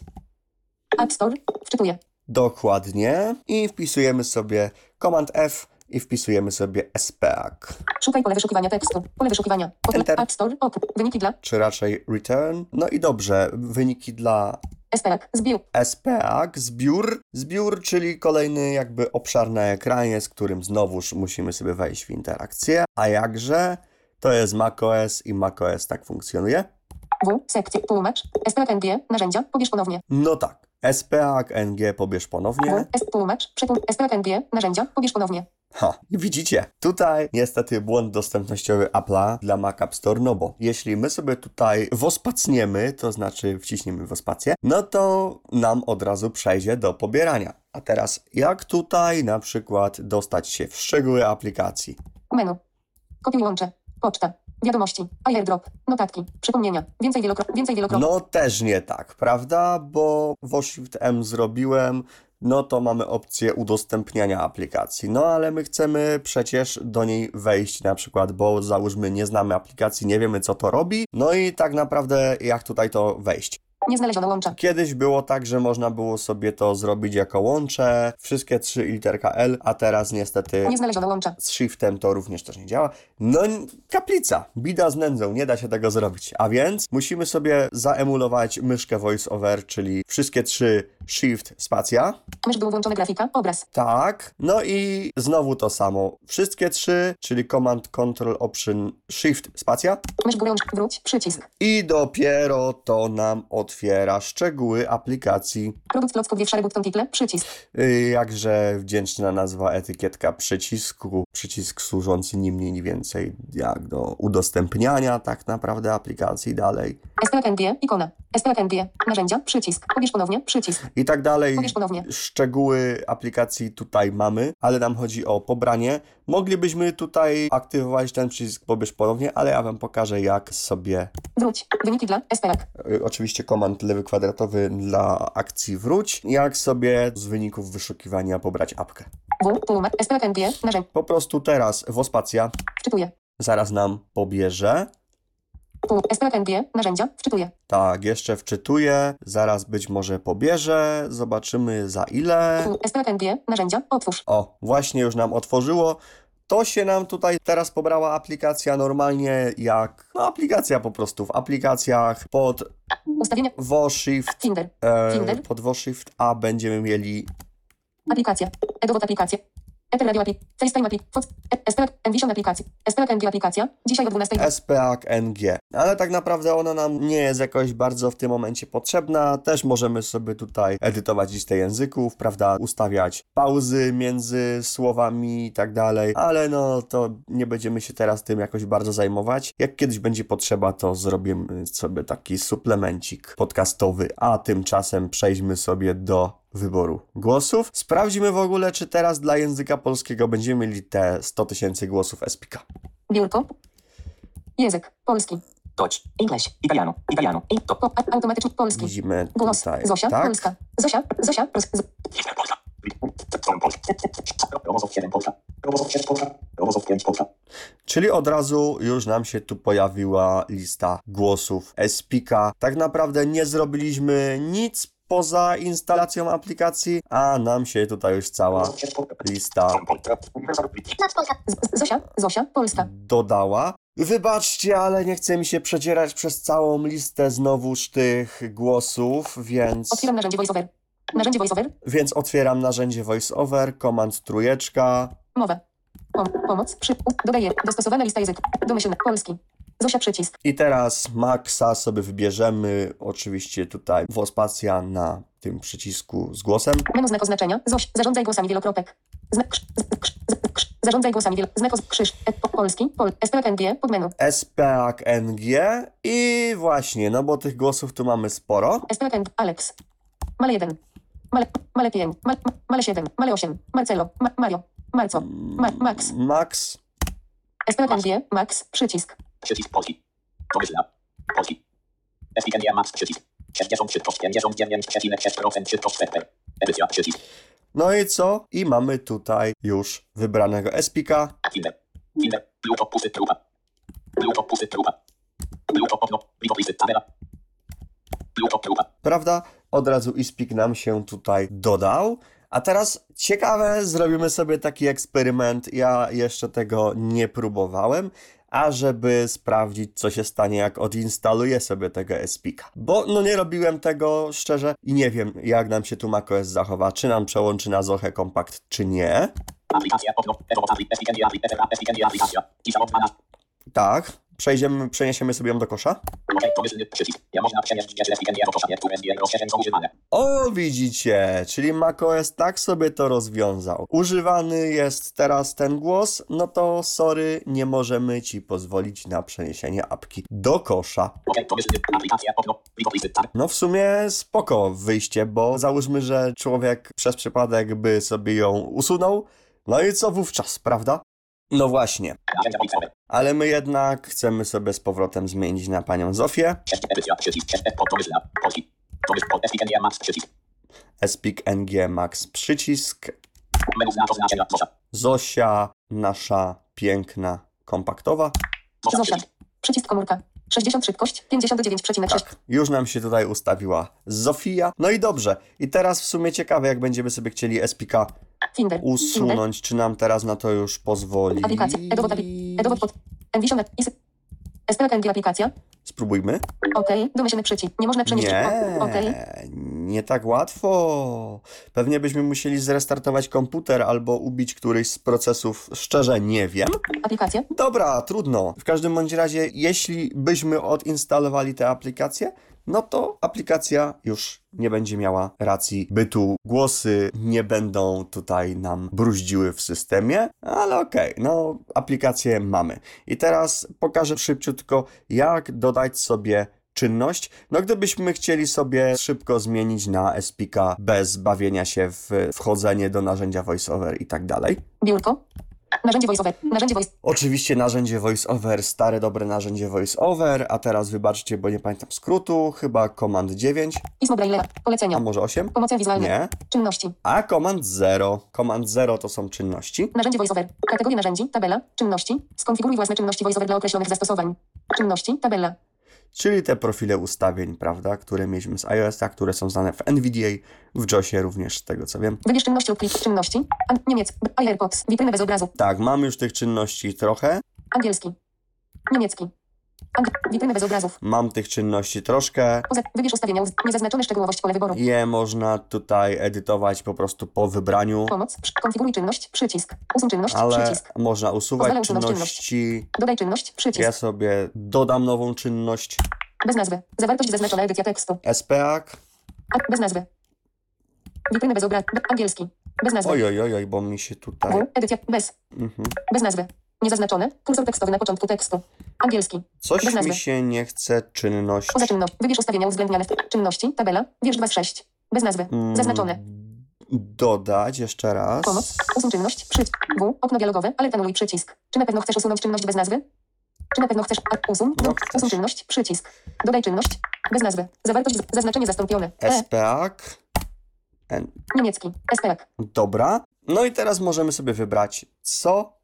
App Store. Wczytuję. Dokładnie. I wpisujemy sobie Command F i wpisujemy sobie S P A C. Szukaj pole wyszukiwania tekstu. Pole wyszukiwania. Enter. App Store. Ok. Wyniki dla Czy raczej return? No i dobrze, wyniki dla S P A C. Zbiór. S P A C, zbiór. Zbiór, czyli kolejny jakby obszar na ekranie, z którym znowuż musimy sobie wejść w interakcję. A jakże? To jest macOS i macOS tak funkcjonuje. W. Sekcje. Tłumacz. S P A C N G. Narzędzia. Pobierz ponownie. No tak. S P A C N G pobierz ponownie. W. S. Tłumacz. Przetłum. S P A C N G. Narzędzia. Pobierz ponownie. Ha, i widzicie, tutaj niestety błąd dostępnościowy Apple'a dla Mac App Store, no bo jeśli my sobie tutaj wospacniemy, to znaczy wciśniemy wospację, no to nam od razu przejdzie do pobierania. A teraz jak tutaj na przykład dostać się w szczegóły aplikacji? Menu. Kopiuj łącze. Poczta. Wiadomości. AirDrop. Notatki. Przypomnienia. Więcej wielokrotnie. Więcej wielokrotnie. No też nie tak, prawda? Bo w Shift M zrobiłem, no to mamy opcję udostępniania aplikacji. No ale my chcemy przecież do niej wejść na przykład, bo załóżmy nie znamy aplikacji, nie wiemy co to robi, no i tak naprawdę jak tutaj to wejść. Nie znaleziono łącza. Kiedyś było tak, że można było sobie to zrobić jako łącze, wszystkie trzy literka L, a teraz niestety Nie znaleziono łącza. z shiftem to również też nie działa. No kaplica, bida z nędzą, nie da się tego zrobić. A więc musimy sobie zaemulować myszkę VoiceOver, czyli wszystkie trzy shift spacja. Mysz był włączona grafika. Obraz. Tak, no i znowu to samo. Wszystkie trzy, czyli Command, Control, Option, Shift, spacja. Mysz górą. Wróć. Przycisk. I dopiero to nam otwiera szczegóły aplikacji. Produkt klocków dwie w szary button title. Przycisk. Yy, Jakże wdzięczna nazwa, etykietka przycisku. Przycisk służący ni mniej, ni więcej jak do udostępniania tak naprawdę aplikacji dalej. S P A C N G. Ikona. S P A C N G. Narzędzia. Przycisk. Pobierz ponownie. Przycisk. I tak dalej. Pobierz ponownie. Szczegóły aplikacji tutaj mamy, ale nam chodzi o pobranie. Moglibyśmy tutaj aktywować ten przycisk pobierz ponownie, ale ja wam pokażę jak sobie... Wróć. Wyniki dla S P A C. y, Oczywiście komand lewy kwadratowy dla akcji wróć. Jak sobie z wyników wyszukiwania pobrać apkę. W. Tłumacz. S P A C N G. Narzędzia. Po prostu teraz wospacja Wczytuję. zaraz nam pobierze. Tu. S P A C N G. Narzędzia. Wczytuję. Tak, jeszcze wczytuję, zaraz być może pobierze, zobaczymy za ile. Tu. S P A C N G. Narzędzia. Otwórz. O, właśnie już nam otworzyło. To się nam tutaj teraz pobrała aplikacja normalnie jak no, aplikacja po prostu. W aplikacjach pod Ustawienia. WoShift, Finder. e, Finder. pod WoShift A będziemy mieli Aplikacja. Edowod aplikacje. Ether Radio Api. FaceTime Api. S P A C Envision aplikacja. S P A C N G aplikacja. Dzisiaj o dwunastej. S P A C N G. Ale tak naprawdę ona nam nie jest jakoś bardzo w tym momencie potrzebna. Też możemy sobie tutaj edytować listę języków, prawda, ustawiać pauzy między słowami i tak dalej, ale no to nie będziemy się teraz tym jakoś bardzo zajmować. Jak kiedyś będzie potrzeba, to zrobimy sobie taki suplemencik podcastowy, a tymczasem przejdźmy sobie do wyboru głosów. Sprawdzimy w ogóle, czy teraz dla języka polskiego będziemy mieli te sto tysięcy głosów S P I C A. Biurko. Język. Polski. Deutsch. English. Italiano. Italiano. To. Po, a, automatyczny polski. Widzimy Głos. tutaj, Zosia. tak? Polska. Zosia. Zosia. Pros, z, Czyli od razu już nam się tu pojawiła lista głosów S P I C A. Tak naprawdę nie zrobiliśmy nic poza instalacją aplikacji, a nam się tutaj już cała lista z, z, Zosia. Zosia. Polska. dodała. Wybaczcie, ale nie chcę mi się przedzierać przez całą listę znowuż tych głosów, więc... Otwieram narzędzie VoiceOver. Narzędzie VoiceOver. Więc otwieram narzędzie VoiceOver, komand trójeczka. Mowa. Pom- pomoc. Przy... U- dodaję. Dostosowana lista języków. Domyślny. Polski. Zosia przycisk. I teraz Maxa sobie wybierzemy, oczywiście tutaj Wospacja na tym przycisku z głosem. Menu znak oznaczenia. Zoś. Zarządzaj głosami wielokropek. Znak krz, z, krz, z, krz, zarządzaj głosami wielo... Znak oz... krzyż. E, po, polski. Pol. S P N G. Pod menu. S P A K N G i właśnie, no bo tych głosów tu mamy sporo. S P N G. Alex. Male jeden. Male... Male pięć. Male, male siedem. Male osiem. Marcelo. Ma, Mario. Marco. Ma, Max. Max. S P N G. Max. Przycisk. Przycisk Polski. Domyślna. Polski. S P N G Max przycisk. siedemdziesiąt trzy przecinek dziewięć procent Edycja przycisk. No i co? I mamy tutaj już wybranego Espika. Filter. Filter. Bluetooth pusty trupa. Bluetooth pusty trupa. Bluetooth okno. Widoklisy tabela. Bluetooth trupa. Prawda? Od razu Ispik nam się tutaj dodał. A teraz ciekawe, zrobimy sobie taki eksperyment. Ja jeszcze tego nie próbowałem, ażeby sprawdzić, co się stanie, jak odinstaluję sobie tego Espika. Bo no nie robiłem tego szczerze i nie wiem, jak nam się tu macOS zachowa. Czy nam przełączy na Zochę Compact, czy nie. Aplikacja okno. S P N G aplikacja. Cisza od dwanaście. Tak. Przejdziemy, przeniesiemy sobie ją do kosza. OK, domyślny przycisk. Ja można przenieść S P N G do kosza, nie, tu jest rozszerzeń są używane. O, widzicie, czyli macOS tak sobie to rozwiązał. Używany jest teraz ten głos, no to sorry, nie możemy ci pozwolić na przeniesienie apki do kosza. OK, domyślny aplikacja okno. Widoklisy tab. No w sumie spoko wyjście, bo załóżmy, że człowiek przez przypadek by sobie ją usunął, no i co wówczas, prawda? No właśnie, Narzędzia VoiceOver. ale my jednak chcemy sobie z powrotem zmienić na panią Zofię. Edycja przycisk. Domyślna. Polski. Domyślny. S P N G Max przycisk. Espik N G Max przycisk. Menu znak oznaczenia. Zosia. Zosia, nasza piękna, kompaktowa. Zosia Zosia. przycisk. Przycisk komórka. sześćdziesiąt szybkość. pięćdziesiąt dziewięć przecinek sześć. Tak, już nam się tutaj ustawiła Zofia. No i dobrze. I teraz w sumie ciekawe, jak będziemy sobie chcieli Espika Finder. Finder. usunąć, czy nam teraz na to już pozwoli. Aplikacja. Edowod apli- Edowod pod. Envision. Is. S P N G aplikacja. Spróbujmy. OK. Domyślny przycisk. Nie można przenieść. Nie, OK. nie tak łatwo. Pewnie byśmy musieli zrestartować komputer albo ubić któryś z procesów. Szczerze nie wiem. Aplikacja. Dobra, trudno. W każdym bądź razie, jeśli byśmy odinstalowali tę aplikację, no to aplikacja już nie będzie miała racji bytu. Głosy nie będą tutaj nam bruździły w systemie, ale okej, okay, no aplikację mamy. I teraz pokażę szybciutko, jak dodać sobie czynność. No gdybyśmy chcieli sobie szybko zmienić na Espika bez bawienia się w wchodzenie do narzędzia VoiceOver i tak dalej. Biurko. Narzędzie VoiceOver. Narzędzie voice. Oczywiście narzędzie VoiceOver, stare dobre narzędzie VoiceOver, a teraz wybaczcie, bo nie pamiętam skrótu, chyba Command dziewięć, Pismo Braille'a. a Polecenia. może osiem? Pomoce wizualne. Nie. Czynności. A Command zero. Command zero to są czynności. Narzędzie VoiceOver. Kategorie narzędzi. Tabela. Czynności. Skonfiguruj własne czynności VoiceOver dla określonych zastosowań. Czynności. Tabela. Czyli te profile ustawień, prawda, które mieliśmy z iOS-a, które są znane w N V D A, w JOSie również, z tego co wiem. Wybierz czynności lub plik czynności. An- Niemiec. AirPods. Witryny bez obrazu. Tak, mamy już tych czynności trochę. Angielski. Niemiecki. Ang- Witryny bez obrazów. Mam tych czynności troszkę. Poza- Wybierz ustawienia. Uz- Niezaznaczone szczegółowość pole wyboru. Je można tutaj edytować po prostu po wybraniu, Pomoc. Przy- Konfiguruj czynność. Przycisk. Usuń czynność. ale Przycisk. można usuwać Pozwala usunąć czynności. Dodaj czynność. Przycisk. Ja sobie dodam nową czynność. Bez nazwy. Zawartość zaznaczona. Edycja tekstu. S P A K. A- Bez nazwy. Witryny bez obrazu. Angielski. Bez nazwy. Oj, oj, oj, oj, bo mi się tutaj... W. Edycja. Bez. Mhm. Bez nazwy. Niezaznaczone. Kursor tekstowy na początku tekstu. Angielski. Coś Bez nazwy. mi się nie chce czynność. Poza czynność. Wybierz ustawienia uwzględniane w czynności. Tabela. Wiersz dwa z sześć. Bez nazwy. Mm, Zaznaczone. Dodać jeszcze raz. Pomoc. Usuń czynność. Przycisk. W. Okno dialogowe, ale anuluj przycisk. Czy na pewno chcesz usunąć czynność bez nazwy? Czy na pewno chcesz... A, usuń. No, No, chcesz. usuń czynność. Przycisk. Dodaj czynność. Bez nazwy. Zawartość. z- Zaznaczenie zastąpione. E. S P A K. N. Niemiecki. S P A K. Dobra. No i teraz możemy sobie wybrać, co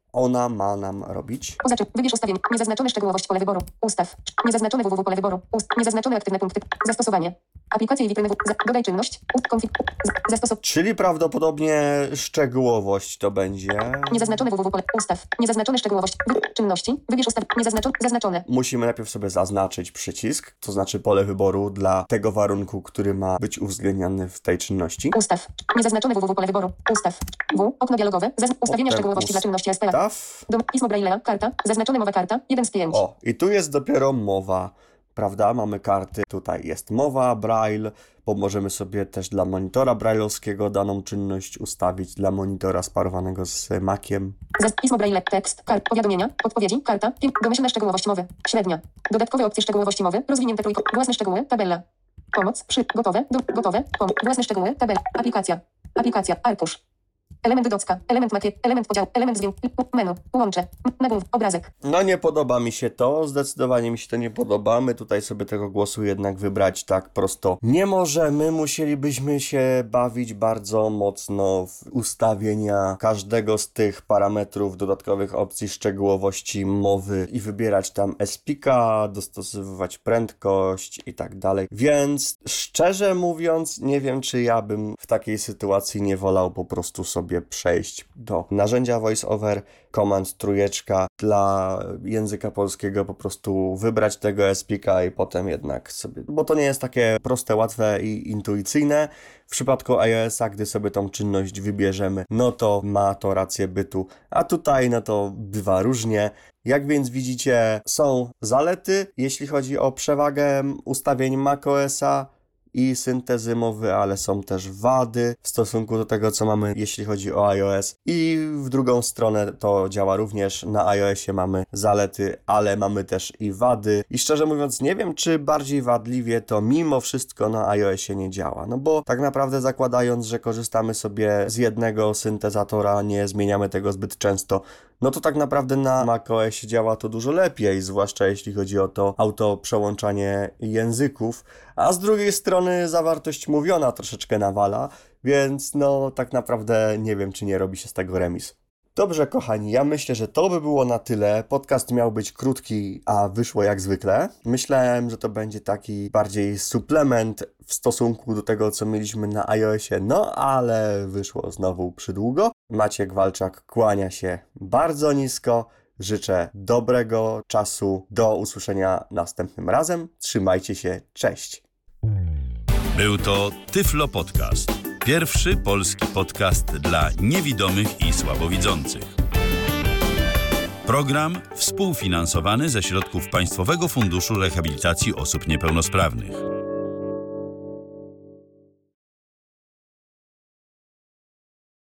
ona ma nam robić? Oznaczę. Wybierz ustawień. Niezaznaczone szczegółowość pole wyboru. Ustaw. Niezaznaczone www pole wyboru. Ust. Niezaznaczone aktywne punkty. Zastosowanie. Aplikacje i witryny. W... Za... Dodaj czynność. Ust. Konfig. Zastosowanie. Czyli prawdopodobnie szczegółowość to będzie... Niezaznaczone www pole. Ustaw. Niezaznaczone szczegółowość. Wy... Czynności. Wybierz ustaw. Niezaznaczone. Zaznaczone. Musimy najpierw sobie zaznaczyć przycisk, to znaczy pole wyboru dla tego warunku, który ma być uwzględniany w tej czynności. Ustaw. Niezaznaczone www pole wyboru. Ustaw. W. Okno dialogowe. Zazn... Ustawienia Potem szczegółowości dla czynności S P A. Ustaw. Dom. Pismo Braille'a. Karta. Zaznaczone mowa karta. jeden z pięć. O, i tu jest dopiero mowa, prawda? Mamy karty. Tutaj jest mowa, braille, bo możemy sobie też dla monitora braille'owskiego daną czynność ustawić, dla monitora sparowanego z Maciem. Zaz... Pismo Braille. Tekst. Kart. Powiadomienia. Podpowiedzi. Karta. Pim... Domyślna szczegółowość mowy. Średnia. Dodatkowe opcje szczegółowości mowy. Rozwinięte trójko. Własne szczegóły. Tabela. Pomoc. Przy. Gotowe. Do. Gotowe. Pom. Własne szczegóły. Tabela. Aplikacja. Aplikacja. Arkusz. Element docka. Element makiet. Element podział. Element zwięk. Menu. Łącze. Nagłów. Obrazek. No nie podoba mi się to, zdecydowanie mi się to nie podoba. My tutaj sobie tego głosu jednak wybrać tak prosto nie możemy. Musielibyśmy się bawić bardzo mocno w ustawienia każdego z tych parametrów, dodatkowych opcji szczegółowości mowy i wybierać tam S P K a, dostosowywać prędkość i tak dalej. Więc szczerze mówiąc, nie wiem, czy ja bym w takiej sytuacji nie wolał po prostu sobie przejść do narzędzia VoiceOver, komand trójeczka dla języka polskiego, po prostu wybrać tego S P K a i potem jednak sobie, bo to nie jest takie proste, łatwe i intuicyjne. W przypadku iOS-a, gdy sobie tą czynność wybierzemy, no to ma to rację bytu, a tutaj no to bywa różnie. Jak więc widzicie, są zalety, jeśli chodzi o przewagę ustawień macOS-a i syntezy mowy, ale są też wady w stosunku do tego, co mamy, jeśli chodzi o iOS. I w drugą stronę to działa również. Na iOSie mamy zalety, ale mamy też i wady. I szczerze mówiąc, nie wiem, czy bardziej wadliwie to mimo wszystko na iOSie nie działa. No bo tak naprawdę zakładając, że korzystamy sobie z jednego syntezatora, nie zmieniamy tego zbyt często, no to tak naprawdę na macOSie działa to dużo lepiej, zwłaszcza jeśli chodzi o to auto przełączanie języków, a z drugiej strony zawartość mówiona troszeczkę nawala, więc no tak naprawdę nie wiem, czy nie robi się z tego remis. Dobrze, kochani, ja myślę, że to by było na tyle. Podcast miał być krótki, a wyszło jak zwykle. Myślałem, że to będzie taki bardziej suplement w stosunku do tego, co mieliśmy na iOSie, no ale wyszło znowu przydługo. Maciek Walczak kłania się bardzo nisko. Życzę dobrego czasu. Do usłyszenia następnym razem. Trzymajcie się. Cześć. Był to Tyflo Podcast. Pierwszy polski podcast dla niewidomych i słabowidzących. Program współfinansowany ze środków Państwowego Funduszu Rehabilitacji Osób Niepełnosprawnych.